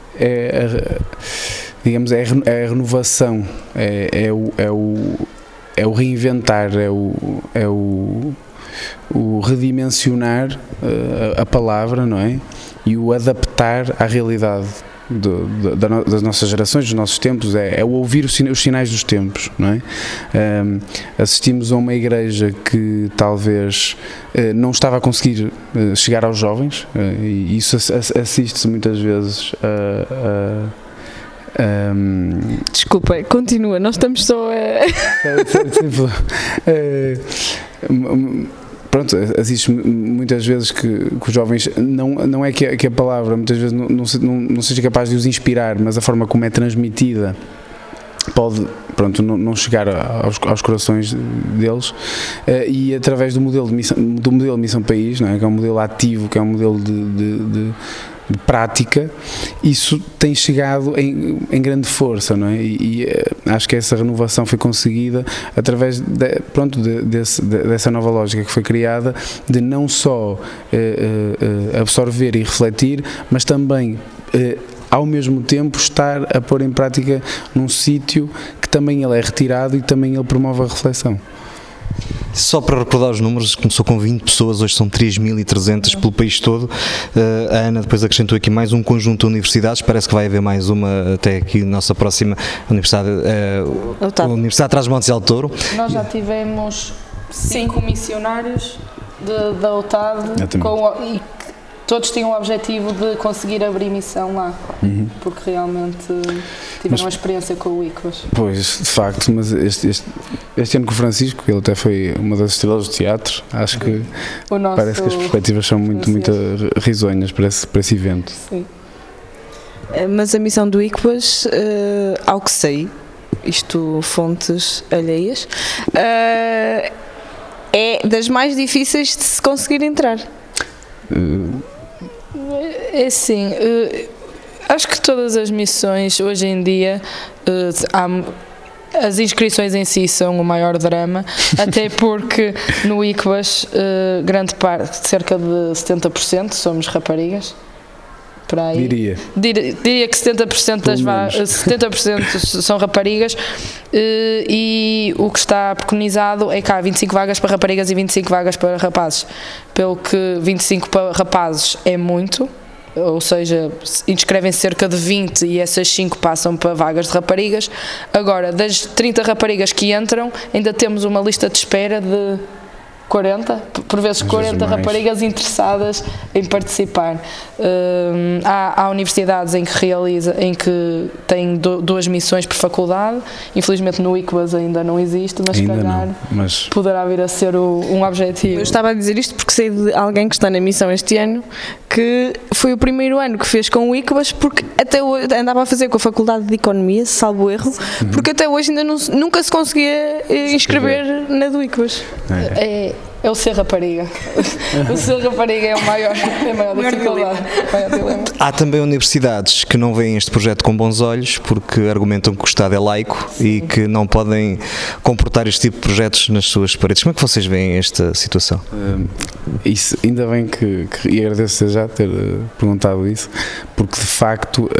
a renovação, é o reinventar, é o redimensionar a palavra, não é? E o adaptar à realidade das nossas gerações, dos nossos tempos, é o ouvir os sinais dos tempos, não é? Assistimos a uma igreja que talvez não estava a conseguir chegar aos jovens, e isso assiste-se muitas vezes Desculpa, continua, nós estamos só Pronto, assiste muitas vezes que os jovens, não é que a palavra muitas vezes não seja capaz de os inspirar, mas a forma como é transmitida pode, pronto, não chegar aos corações deles, e através do modelo de Missão País, não é? Que é um modelo ativo, que é um modelo de prática, isso tem chegado em grande força, não é? E acho que essa renovação foi conseguida através dessa nova lógica que foi criada, de não só absorver e refletir, mas também ao mesmo tempo estar a pôr em prática num sítio que também ele é retirado e também ele promove a reflexão. Só para recordar os números, começou com 20 pessoas, hoje são 3.300 pelo país todo. A Ana depois acrescentou aqui mais um conjunto de universidades, parece que vai haver mais uma até aqui na nossa próxima universidade, a Universidade de Trás-os-Montes e Alto Douro. Nós já tivemos 5 missionários da UTAD e todos tinham o objetivo de conseguir abrir missão lá, porque realmente tiveram uma experiência com o ICVAS. Pois, de facto, mas este ano com o Francisco, ele até foi uma das estrelas do teatro, acho que parece que as perspectivas são muito risonhas para esse evento. Sim. Mas a missão do ICVAS, ao que sei, isto fontes alheias, é das mais difíceis de se conseguir entrar. É assim, acho que todas as missões hoje em dia, as inscrições em si são o maior drama, até porque no ICVAS grande parte, cerca de 70% somos raparigas. Para aí. Diria que 70% são raparigas, e o que está preconizado é que há 25 vagas para raparigas e 25 vagas para rapazes, pelo que 25 para rapazes é muito, ou seja, inscrevem-se cerca de 20 e essas 5 passam para vagas de raparigas. Agora, das 30 raparigas que entram, ainda temos uma lista de espera de 40, por vezes 40 raparigas interessadas em participar. Há universidades em que têm 2 missões por faculdade, infelizmente no ICVAS ainda não existe, mas se calhar poderá vir a ser um objetivo. Eu estava a dizer isto porque sei de alguém que está na missão este ano, que foi o primeiro ano que fez com o ICVAS, porque até hoje andava a fazer com a Faculdade de Economia, salvo erro, porque até hoje ainda nunca se conseguia inscrever na do ICVAS. É o ser rapariga. O ser rapariga é a maior dificuldade. Há também universidades que não veem este projeto com bons olhos, porque argumentam que o Estado é laico e que não podem comportar este tipo de projetos nas suas paredes. Como é que vocês veem esta situação? Isso, ainda bem e agradeço já ter perguntado isso, porque de facto,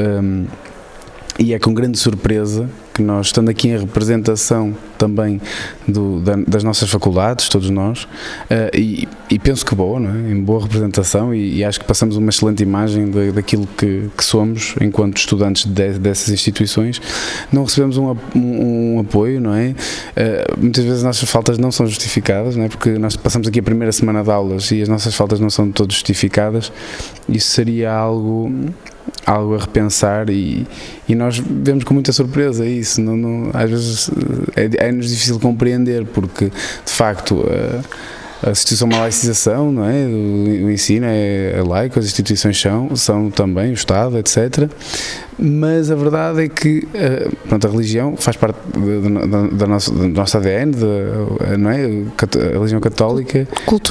e é com grande surpresa que nós, estando aqui em representação também das nossas faculdades, todos nós, e penso que boa, não é? Em boa representação, e acho que passamos uma excelente imagem daquilo que somos enquanto estudantes dessas instituições, não recebemos um apoio, não é? Muitas vezes as nossas faltas não são justificadas, não é? Porque nós passamos aqui a primeira semana de aulas e as nossas faltas não são todas justificadas. Isso seria algo a repensar, e nós vemos com muita surpresa isso. Às vezes é-nos difícil compreender, porque de facto a instituição, uma laicização, não é? O ensino é laico, as instituições são também, o Estado, etc. Mas a verdade é que a religião faz parte do nosso ADN, não é? A religião católica.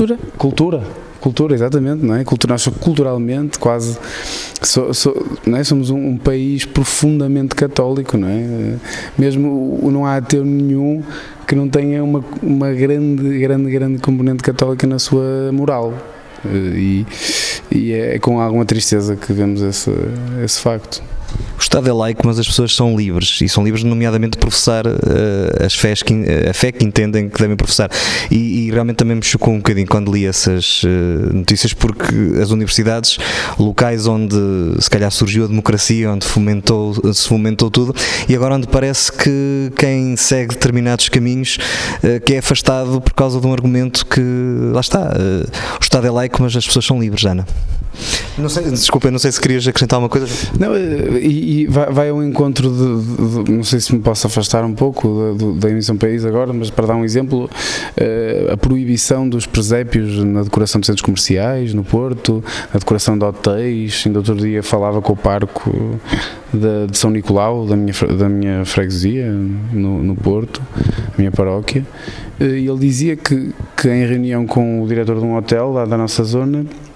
Cultura, exatamente, não é? Nós culturalmente quase não é? Somos um país profundamente católico, não é? Mesmo não há ateu nenhum que não tenha uma grande componente católica na sua moral, e é com alguma tristeza que vemos esse facto. O Estado é laico, mas as pessoas são livres, e são livres nomeadamente de professar a fé que entendem que devem professar, e realmente também me chocou um bocadinho quando li essas notícias, porque as universidades, locais onde se calhar surgiu a democracia, onde se fomentou tudo, e agora onde parece que quem segue determinados caminhos que é afastado por causa de um argumento que, lá está, o Estado é laico, mas as pessoas são livres. Ana, desculpa, não sei se querias acrescentar uma coisa. Não, e vai ao encontro não sei se me posso afastar um pouco da emissão País agora, mas para dar um exemplo, a proibição dos presépios na decoração de centros comerciais, no Porto, a decoração de hotéis. Ainda outro dia falava com o parco de São Nicolau, da minha freguesia, no Porto, a minha paróquia, e ele dizia que em reunião com o diretor de um hotel lá da nossa zona,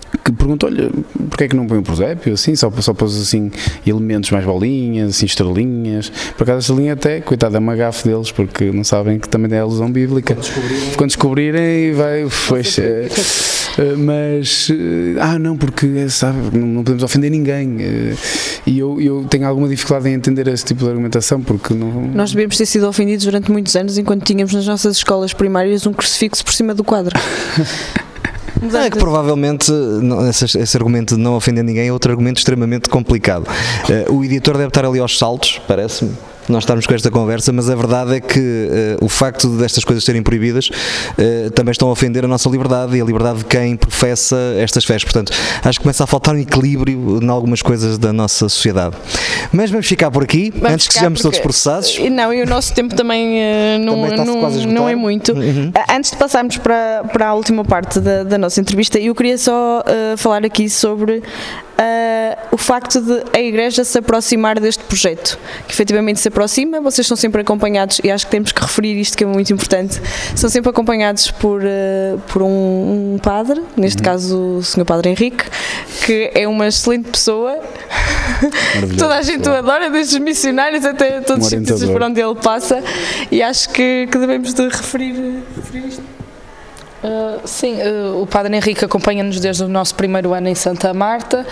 que perguntou-lhe porque é que não põe o presépio, assim, só pôs assim elementos mais bolinhas, assim, estrelinhas. Por acaso a estrelinha até, coitada, é uma gafe deles, porque não sabem que também é alusão bíblica. Quando descobrirem, vai, pois, mas, não, porque, sabe, não podemos ofender ninguém. E eu tenho alguma dificuldade em entender esse tipo de argumentação, porque não... Nós devemos ter sido ofendidos durante muitos anos, enquanto tínhamos nas nossas escolas primárias um crucifixo por cima do quadro. É que provavelmente esse argumento de não ofender ninguém é outro argumento extremamente complicado. O editor deve estar ali aos saltos, parece-me, nós estarmos com esta conversa, mas a verdade é que o facto destas coisas serem proibidas também estão a ofender a nossa liberdade e a liberdade de quem professa estas fés. Portanto, acho que começa a faltar um equilíbrio em algumas coisas da nossa sociedade. Mas vamos ficar por aqui, antes que sejamos todos processados. Não, e o nosso tempo também, não é muito. Uhum. Antes de passarmos para a última parte da nossa entrevista, eu queria só falar aqui sobre o facto de a Igreja se aproximar deste projeto, que efetivamente se aproxima. Vocês são sempre acompanhados, e acho que temos que referir isto, que é muito importante, são sempre acompanhados por um padre, neste caso o Sr. Padre Henrique, que é uma excelente pessoa. Toda a gente o adora, desde os missionários até todos os sítios por onde ele passa, e acho que devemos de referir isto. Sim, o Padre Henrique acompanha-nos desde o nosso primeiro ano em Santa Marta.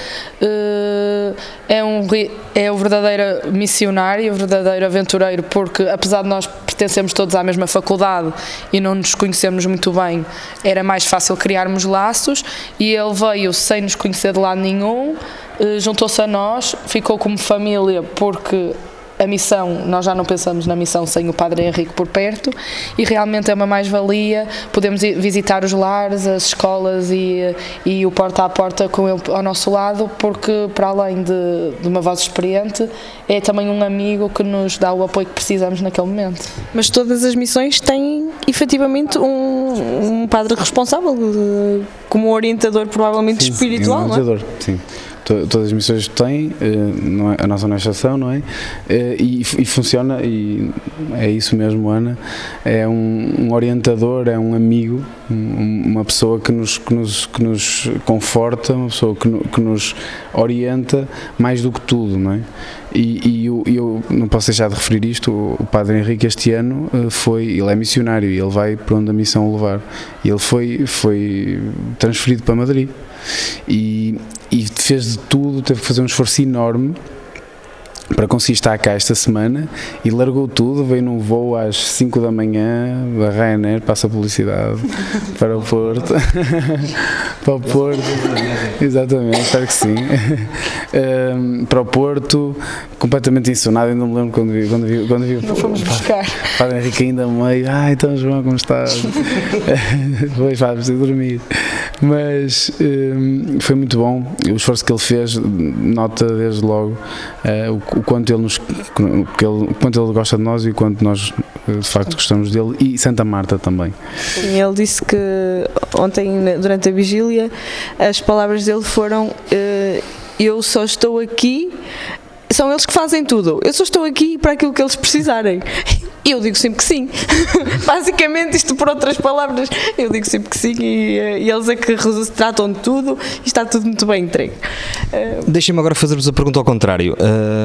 É o verdadeiro missionário, o verdadeiro aventureiro, porque apesar de nós pertencermos todos à mesma faculdade e não nos conhecermmos muito bem, era mais fácil criarmos laços, e ele veio sem nos conhecer de lado nenhum, juntou-se a nós, ficou como família, porque a missão, nós já não pensamos na missão sem o Padre Henrique por perto, e realmente é uma mais-valia. Podemos visitar os lares, as escolas e o porta a porta com ele ao nosso lado, porque para além de uma voz experiente, é também um amigo que nos dá o apoio que precisamos naquele momento. Mas todas as missões têm efetivamente um padre responsável, como orientador provavelmente espiritual, um orientador, não é? Sim. Todas as missões têm, não é, a nossa não é exceção, não é? E funciona, e é isso mesmo, Ana, é um orientador, é um amigo, uma pessoa que nos conforta, uma pessoa que nos orienta mais do que tudo, não é? E eu não posso deixar de referir isto. O Padre Henrique este ano ele é missionário e ele vai para onde a missão o levar. E ele foi transferido para Madrid e fez de tudo, teve que fazer um esforço enorme para conseguir estar cá esta semana, e largou tudo, veio num voo às 5 da manhã da Ryanair, passa a publicidade, para o Porto. Para o Porto, exatamente, espero que sim. Para o Porto, completamente insonado. Ainda me lembro quando vi não fomos buscar o Padre Henrique ainda meio, então João, como estás? Depois preciso dormir. Mas foi muito bom o esforço que ele fez. Nota desde logo o quanto ele gosta de nós e o quanto nós de facto gostamos dele, e Santa Marta também. Sim, ele disse que ontem, durante a vigília, as palavras dele foram: eu só estou aqui, são eles que fazem tudo, eu só estou aqui para aquilo que eles precisarem. E eu digo sempre que sim. Basicamente, isto por outras palavras, eu digo sempre que sim, e eles é que tratam de tudo, e está tudo muito bem entregue. Deixem-me agora fazer-vos a pergunta ao contrário.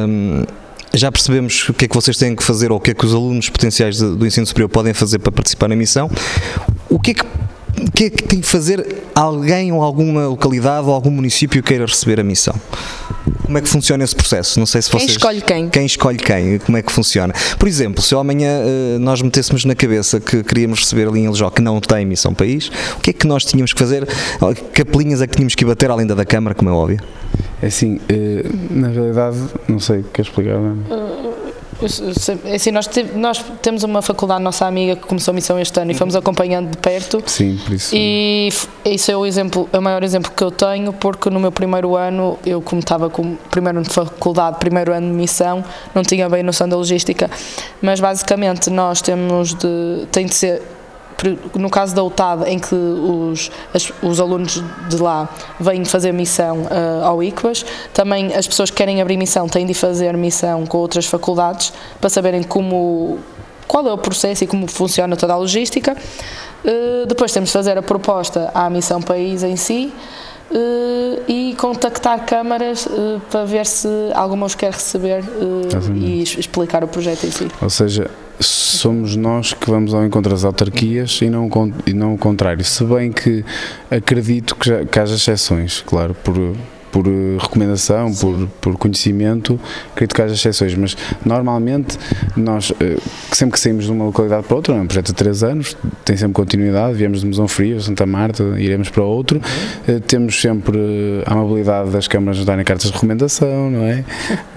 Já percebemos o que é que vocês têm que fazer, ou o que é que os alunos potenciais do ensino superior podem fazer para participar na missão. O que é que tem que fazer alguém, ou alguma localidade ou algum município queira receber a missão? Como é que funciona esse processo? Não sei se vocês... Quem escolhe quem? Quem escolhe quem? Como é que funciona? Por exemplo, se amanhã nós metêssemos na cabeça que queríamos receber ali em Aljó, que não tem Missão País, o que é que nós tínhamos que fazer? Que capelinhas é que tínhamos que bater, além da Câmara, como é óbvio? É assim, na realidade, não sei, quer explicar, não é? Assim, nós temos uma faculdade, nossa amiga, que começou a missão este ano, e fomos acompanhando de perto. Sim, por isso. E isso é o maior exemplo que eu tenho, porque no meu primeiro ano, eu, como estava com primeiro ano de faculdade, primeiro ano de missão, não tinha bem noção da logística, mas basicamente nós tem de ser, no caso da UTAD, em que os alunos de lá vêm fazer missão ao ICBAS, também as pessoas que querem abrir missão têm de fazer missão com outras faculdades para saberem qual é o processo e como funciona toda a logística. Depois temos de fazer a proposta à Missão País em si, e contactar câmaras para ver se alguma os quer receber e explicar o projeto em si. Ou seja, somos nós que vamos ao encontro das autarquias e não o contrário, se bem que acredito que haja exceções, claro, por recomendação, por conhecimento, acredito que haja exceções, mas normalmente nós, sempre que saímos de uma localidade para outra, é um projeto de 3 anos, tem sempre continuidade, viemos de Mesão Frio, Santa Marta, iremos para outro, temos sempre a amabilidade das câmaras de nos darem cartas de recomendação, não é?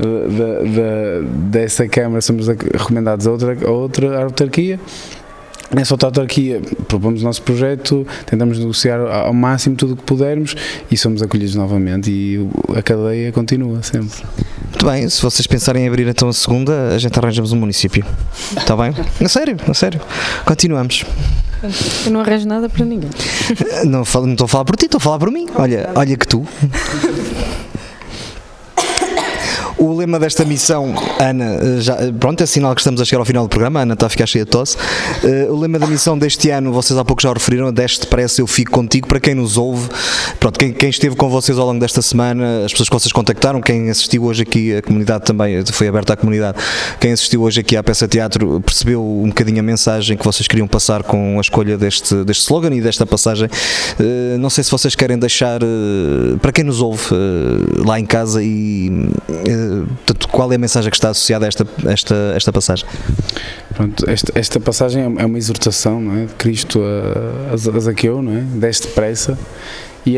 Dessa câmara somos recomendados a outra autarquia. Nessa outra autarquia propomos o nosso projeto, tentamos negociar ao máximo tudo o que pudermos e somos acolhidos novamente e a cadeia continua sempre. Muito bem, se vocês pensarem em abrir então a segunda, a gente arranjamos um município. Está bem? A sério. Continuamos. Eu não arranjo nada para ninguém. Não estou a falar por ti, estou a falar por mim. Olha que tu. O lema desta missão, Ana, pronto, é sinal que estamos a chegar ao final do programa, a Ana está a ficar cheia de tosse. O lema da missão deste ano, vocês há pouco já o referiram, Deste depressa eu fico contigo. Para quem nos ouve, pronto, quem esteve com vocês ao longo desta semana, as pessoas que vocês contactaram, quem assistiu hoje aqui, a comunidade também foi aberta à comunidade, quem assistiu hoje aqui à peça teatro percebeu um bocadinho a mensagem que vocês queriam passar com a escolha deste slogan e desta passagem. Não sei se vocês querem deixar, para quem nos ouve lá em casa, e portanto, qual é a mensagem que está associada a esta passagem? Pronto, esta passagem é uma exortação, não é, de Cristo a Zaqueu, não é? Deste depressa, e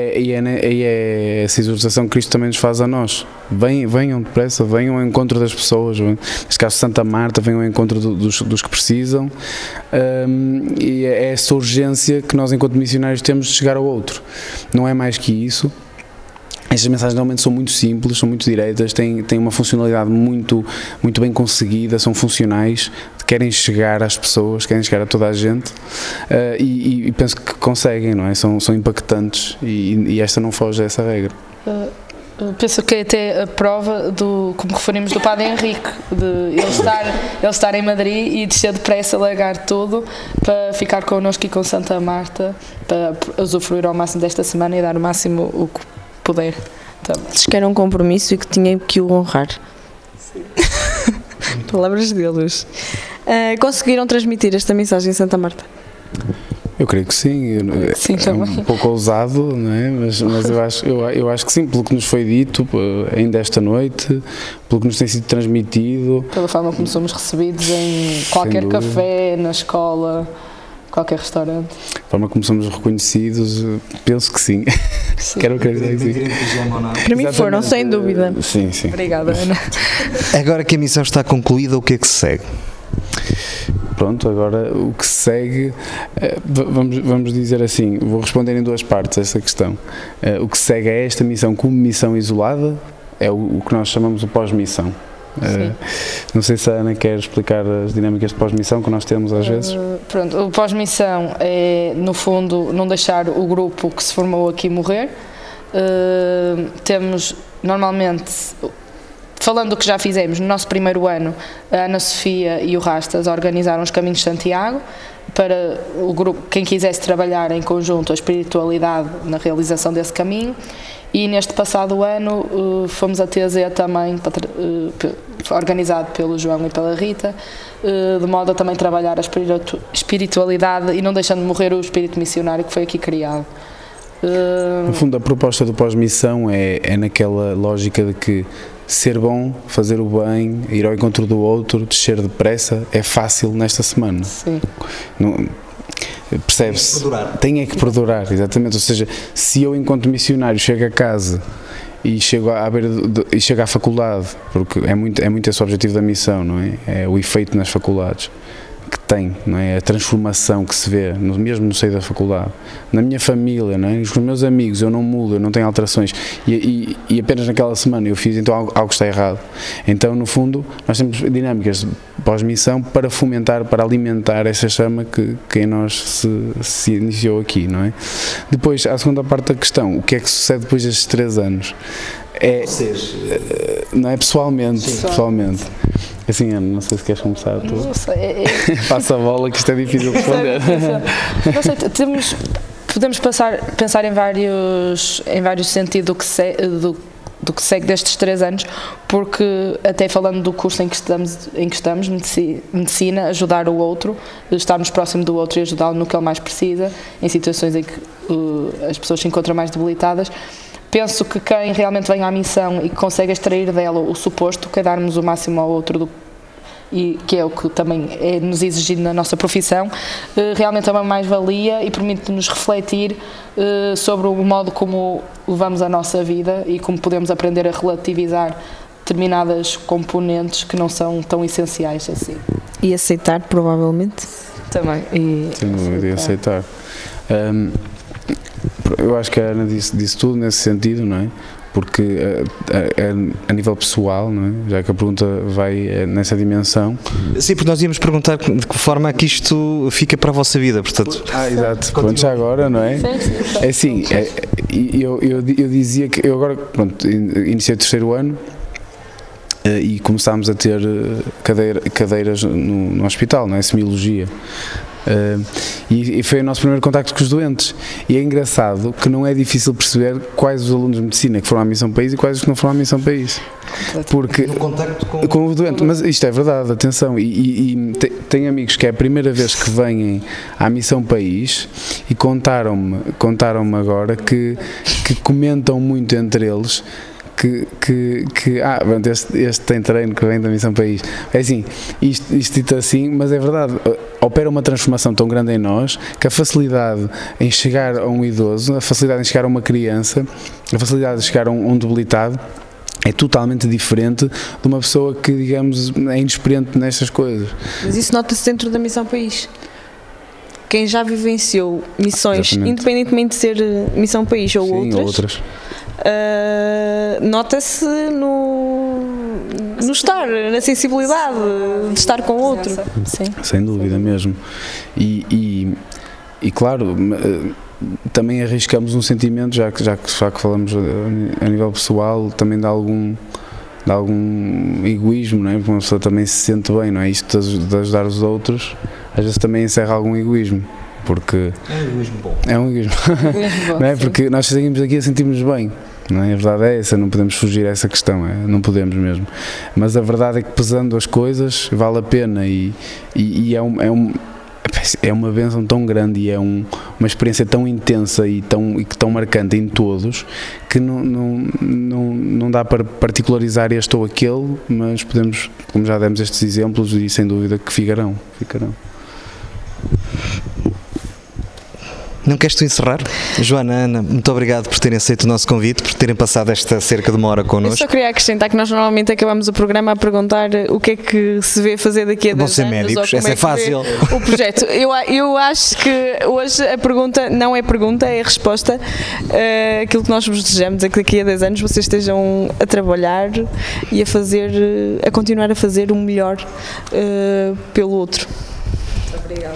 é essa exortação que Cristo também nos faz a nós. Venham depressa, venham ao encontro das pessoas, neste caso Santa Marta, venham ao encontro dos que precisam, e é essa urgência que nós enquanto missionários temos de chegar ao outro, não é mais que isso. Estas mensagens normalmente são muito simples, são muito diretas, têm uma funcionalidade muito bem conseguida, são funcionais, querem chegar às pessoas, querem chegar a toda a gente, e penso que conseguem, não é? São impactantes e esta não foge a essa regra. Penso que é até a prova como referimos, do Padre Henrique, de ele estar em Madrid e descer depressa, largar tudo para ficar connosco e com Santa Marta, para usufruir ao máximo desta semana e dar o máximo o que puder. Diz que era um compromisso e que tinha que o honrar. Palavras deles. Conseguiram transmitir esta mensagem em Santa Marta? Eu creio que sim. Sim, também. Um pouco ousado, não é? Mas eu acho que sim, pelo que nos foi dito ainda esta noite, pelo que nos tem sido transmitido. Pela forma como somos recebidos em qualquer café, na escola, qualquer restaurante. A forma como somos reconhecidos, penso que sim. Quero acreditar que sim. Para mim foram, sem dúvida. Sim. Obrigada, Ana. Agora que a missão está concluída, o que é que se segue? Pronto, agora o que se segue, vamos dizer assim, vou responder em 2 partes a esta questão. O que segue é esta missão como missão isolada, é o que nós chamamos de pós-missão. Não sei se a Ana quer explicar as dinâmicas de pós-missão que nós temos às vezes. Pronto, o pós-missão é, no fundo, não deixar o grupo que se formou aqui morrer. Temos, normalmente, falando do que já fizemos, no nosso primeiro ano, a Ana Sofia e o Rastas organizaram os Caminhos de Santiago para o grupo, quem quisesse trabalhar em conjunto a espiritualidade na realização desse caminho. E neste passado ano fomos a TZ também, organizado pelo João e pela Rita, de modo a também trabalhar a espiritualidade e não deixando de morrer o espírito missionário que foi aqui criado. No fundo, a proposta do pós-missão é naquela lógica de que ser bom, fazer o bem, ir ao encontro do outro, descer depressa, é fácil nesta semana. Sim. Percebe-se? Tem que perdurar, exatamente. Ou seja, se eu enquanto missionário chego a casa e chego à faculdade, porque é muito esse o objetivo da missão, não é? É o efeito nas faculdades que tem, não é? A transformação que se vê, mesmo no seio da faculdade, na minha família, não é? Com os meus amigos, eu não mudo, eu não tenho alterações e apenas naquela semana eu fiz, então algo está errado. Então, no fundo, nós temos dinâmicas de pós-missão para fomentar, para alimentar essa chama que em nós se iniciou aqui, não é? Depois, a segunda parte da questão, o que é que sucede depois destes 3 anos? Não é pessoalmente. Assim, Ana, não sei se queres começar tu. Não sei. Passa a bola que isto é difícil de responder. Não sei, temos podemos pensar em vários sentidos do que segue destes 3 anos, porque até falando do curso em que estamos, medicina, ajudar o outro, estarmos próximo do outro e ajudá-lo no que ele mais precisa, em situações em que as pessoas se encontram mais debilitadas. Penso que quem realmente vem à missão e que consegue extrair dela o suposto, que é darmos o máximo ao outro, e que é o que também é nos exigido na nossa profissão, realmente é uma mais-valia e permite-nos refletir sobre o modo como levamos a nossa vida e como podemos aprender a relativizar determinadas componentes que não são tão essenciais assim. E aceitar, provavelmente. Também. Sem dúvida, e aceitar. Eu acho que a Ana disse tudo nesse sentido, não é? Porque a nível pessoal, não é? Já que a pergunta vai nessa dimensão. Sim, porque nós íamos perguntar de que forma é que isto fica para a vossa vida, portanto. Exato, pronto, já agora, não é? É assim, eu dizia que eu agora, pronto, iniciei o 3º ano e começámos a ter cadeiras no hospital, não é? Semiologia. E foi o nosso primeiro contacto com os doentes, e é engraçado que não é difícil perceber quais os alunos de medicina que foram à Missão País e quais os que não foram à Missão País, porque no contacto com o doente. Mas isto é verdade, atenção, e tenho amigos que é a primeira vez que vêm à Missão País e contaram-me agora que comentam muito entre eles este tem treino que vem da Missão País. É assim, isto dito assim, mas é verdade, opera uma transformação tão grande em nós que a facilidade em chegar a um idoso, a facilidade em chegar a uma criança, a facilidade de chegar a um debilitado é totalmente diferente de uma pessoa que, digamos, é inexperiente nestas coisas. Mas isso nota-se dentro da Missão País. Quem já vivenciou missões, Exatamente. Independentemente de ser Missão País ou Sim, outras. Nota-se no estar, na sensibilidade de estar com o outro. Sim. Sem dúvida mesmo. E claro, também arriscamos um sentimento, já que falamos a nível pessoal, também de algum egoísmo, não é? Porque uma pessoa também se sente bem, não é? Isto de ajudar os outros, às vezes também encerra algum egoísmo. Porque é um egoísmo bom. É um egoísmo. Não é? Porque nós saímos aqui a sentirmos bem. Não é? A verdade é essa, não podemos fugir a essa questão, não podemos mesmo. Mas a verdade é que, pesando as coisas, vale a pena e é uma bênção tão grande e é uma experiência tão intensa e tão marcante em todos que não dá para particularizar este ou aquele, mas podemos, como já demos estes exemplos, e sem dúvida que ficarão. Não queres tu encerrar? Joana, Ana, muito obrigado por terem aceito o nosso convite, por terem passado esta cerca de 1 hora connosco. Eu só queria acrescentar que nós normalmente acabamos o programa a perguntar o que é que se vê fazer daqui a 10 anos. Médicos, ou essa é fácil. O projeto. Eu acho que hoje a pergunta não é pergunta, é a resposta. Aquilo que nós vos desejamos é que daqui a 10 anos vocês estejam a trabalhar e a continuar a fazer o melhor pelo outro. Muito obrigada.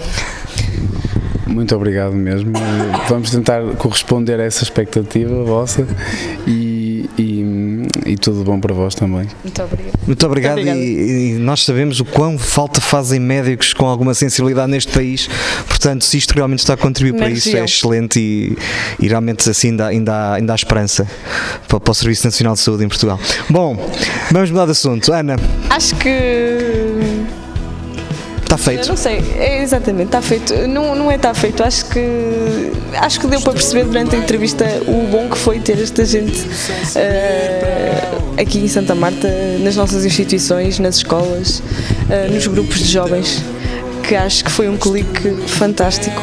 Muito obrigado mesmo. Vamos tentar corresponder a essa expectativa vossa e tudo bom para vós também. Muito obrigado. Muito obrigado. E nós sabemos o quão falta fazem médicos com alguma sensibilidade neste país, portanto, se isto realmente está a contribuir para isso, é excelente e realmente assim ainda há esperança para o Serviço Nacional de Saúde em Portugal. Bom, vamos mudar de assunto. Ana. Acho que está feito. Eu não sei, exatamente, está feito. Não está feito. Acho que deu para perceber durante a entrevista o bom que foi ter esta gente aqui em Santa Marta, nas nossas instituições, nas escolas, nos grupos de jovens, que acho que foi um clique fantástico.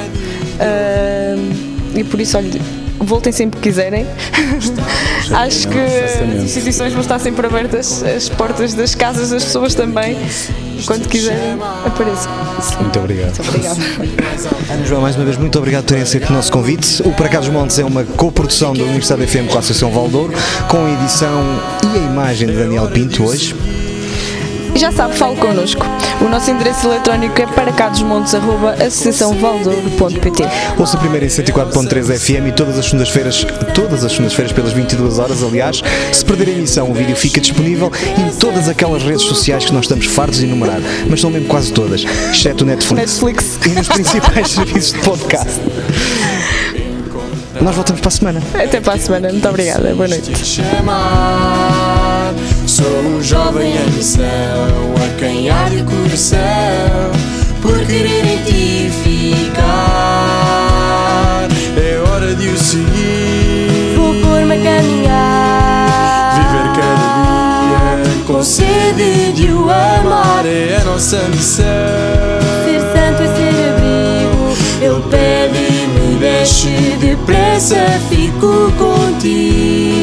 E por isso, olha, voltem sempre que quiserem. Acho que as instituições vão estar sempre abertas, as portas das casas das pessoas também. Quando quiserem, apareçam. Muito obrigado. Muito obrigada. Ana João, mais uma vez, muito obrigado por terem aceito o nosso convite. O Para Cá dos Montes é uma coprodução da Universidade FM com a Associação Valdouro, com a edição e a imagem de Daniel Pinto hoje. Já sabe, fale connosco. O nosso endereço eletrónico é paracadosmontes@associaçãovaldouro.pt. Ouça primeiro em 104.3 FM e todas as segundas-feiras pelas 22 horas, aliás. Se perder a emissão, o vídeo fica disponível em todas aquelas redes sociais que nós estamos fartos de enumerar, mas são mesmo quase todas, exceto o Netflix. E nos principais serviços de podcast. Nós voltamos para a semana. Até para a semana. Muito obrigada. Boa noite. Sou um jovem em missão, a quem arde o coração por querer em ti ficar. É hora de o seguir, vou pôr-me a caminhar, viver cada dia com sede de o amar. É a nossa missão, ser santo é ser abrigo. Ele pede e me deixe depressa, fico contigo.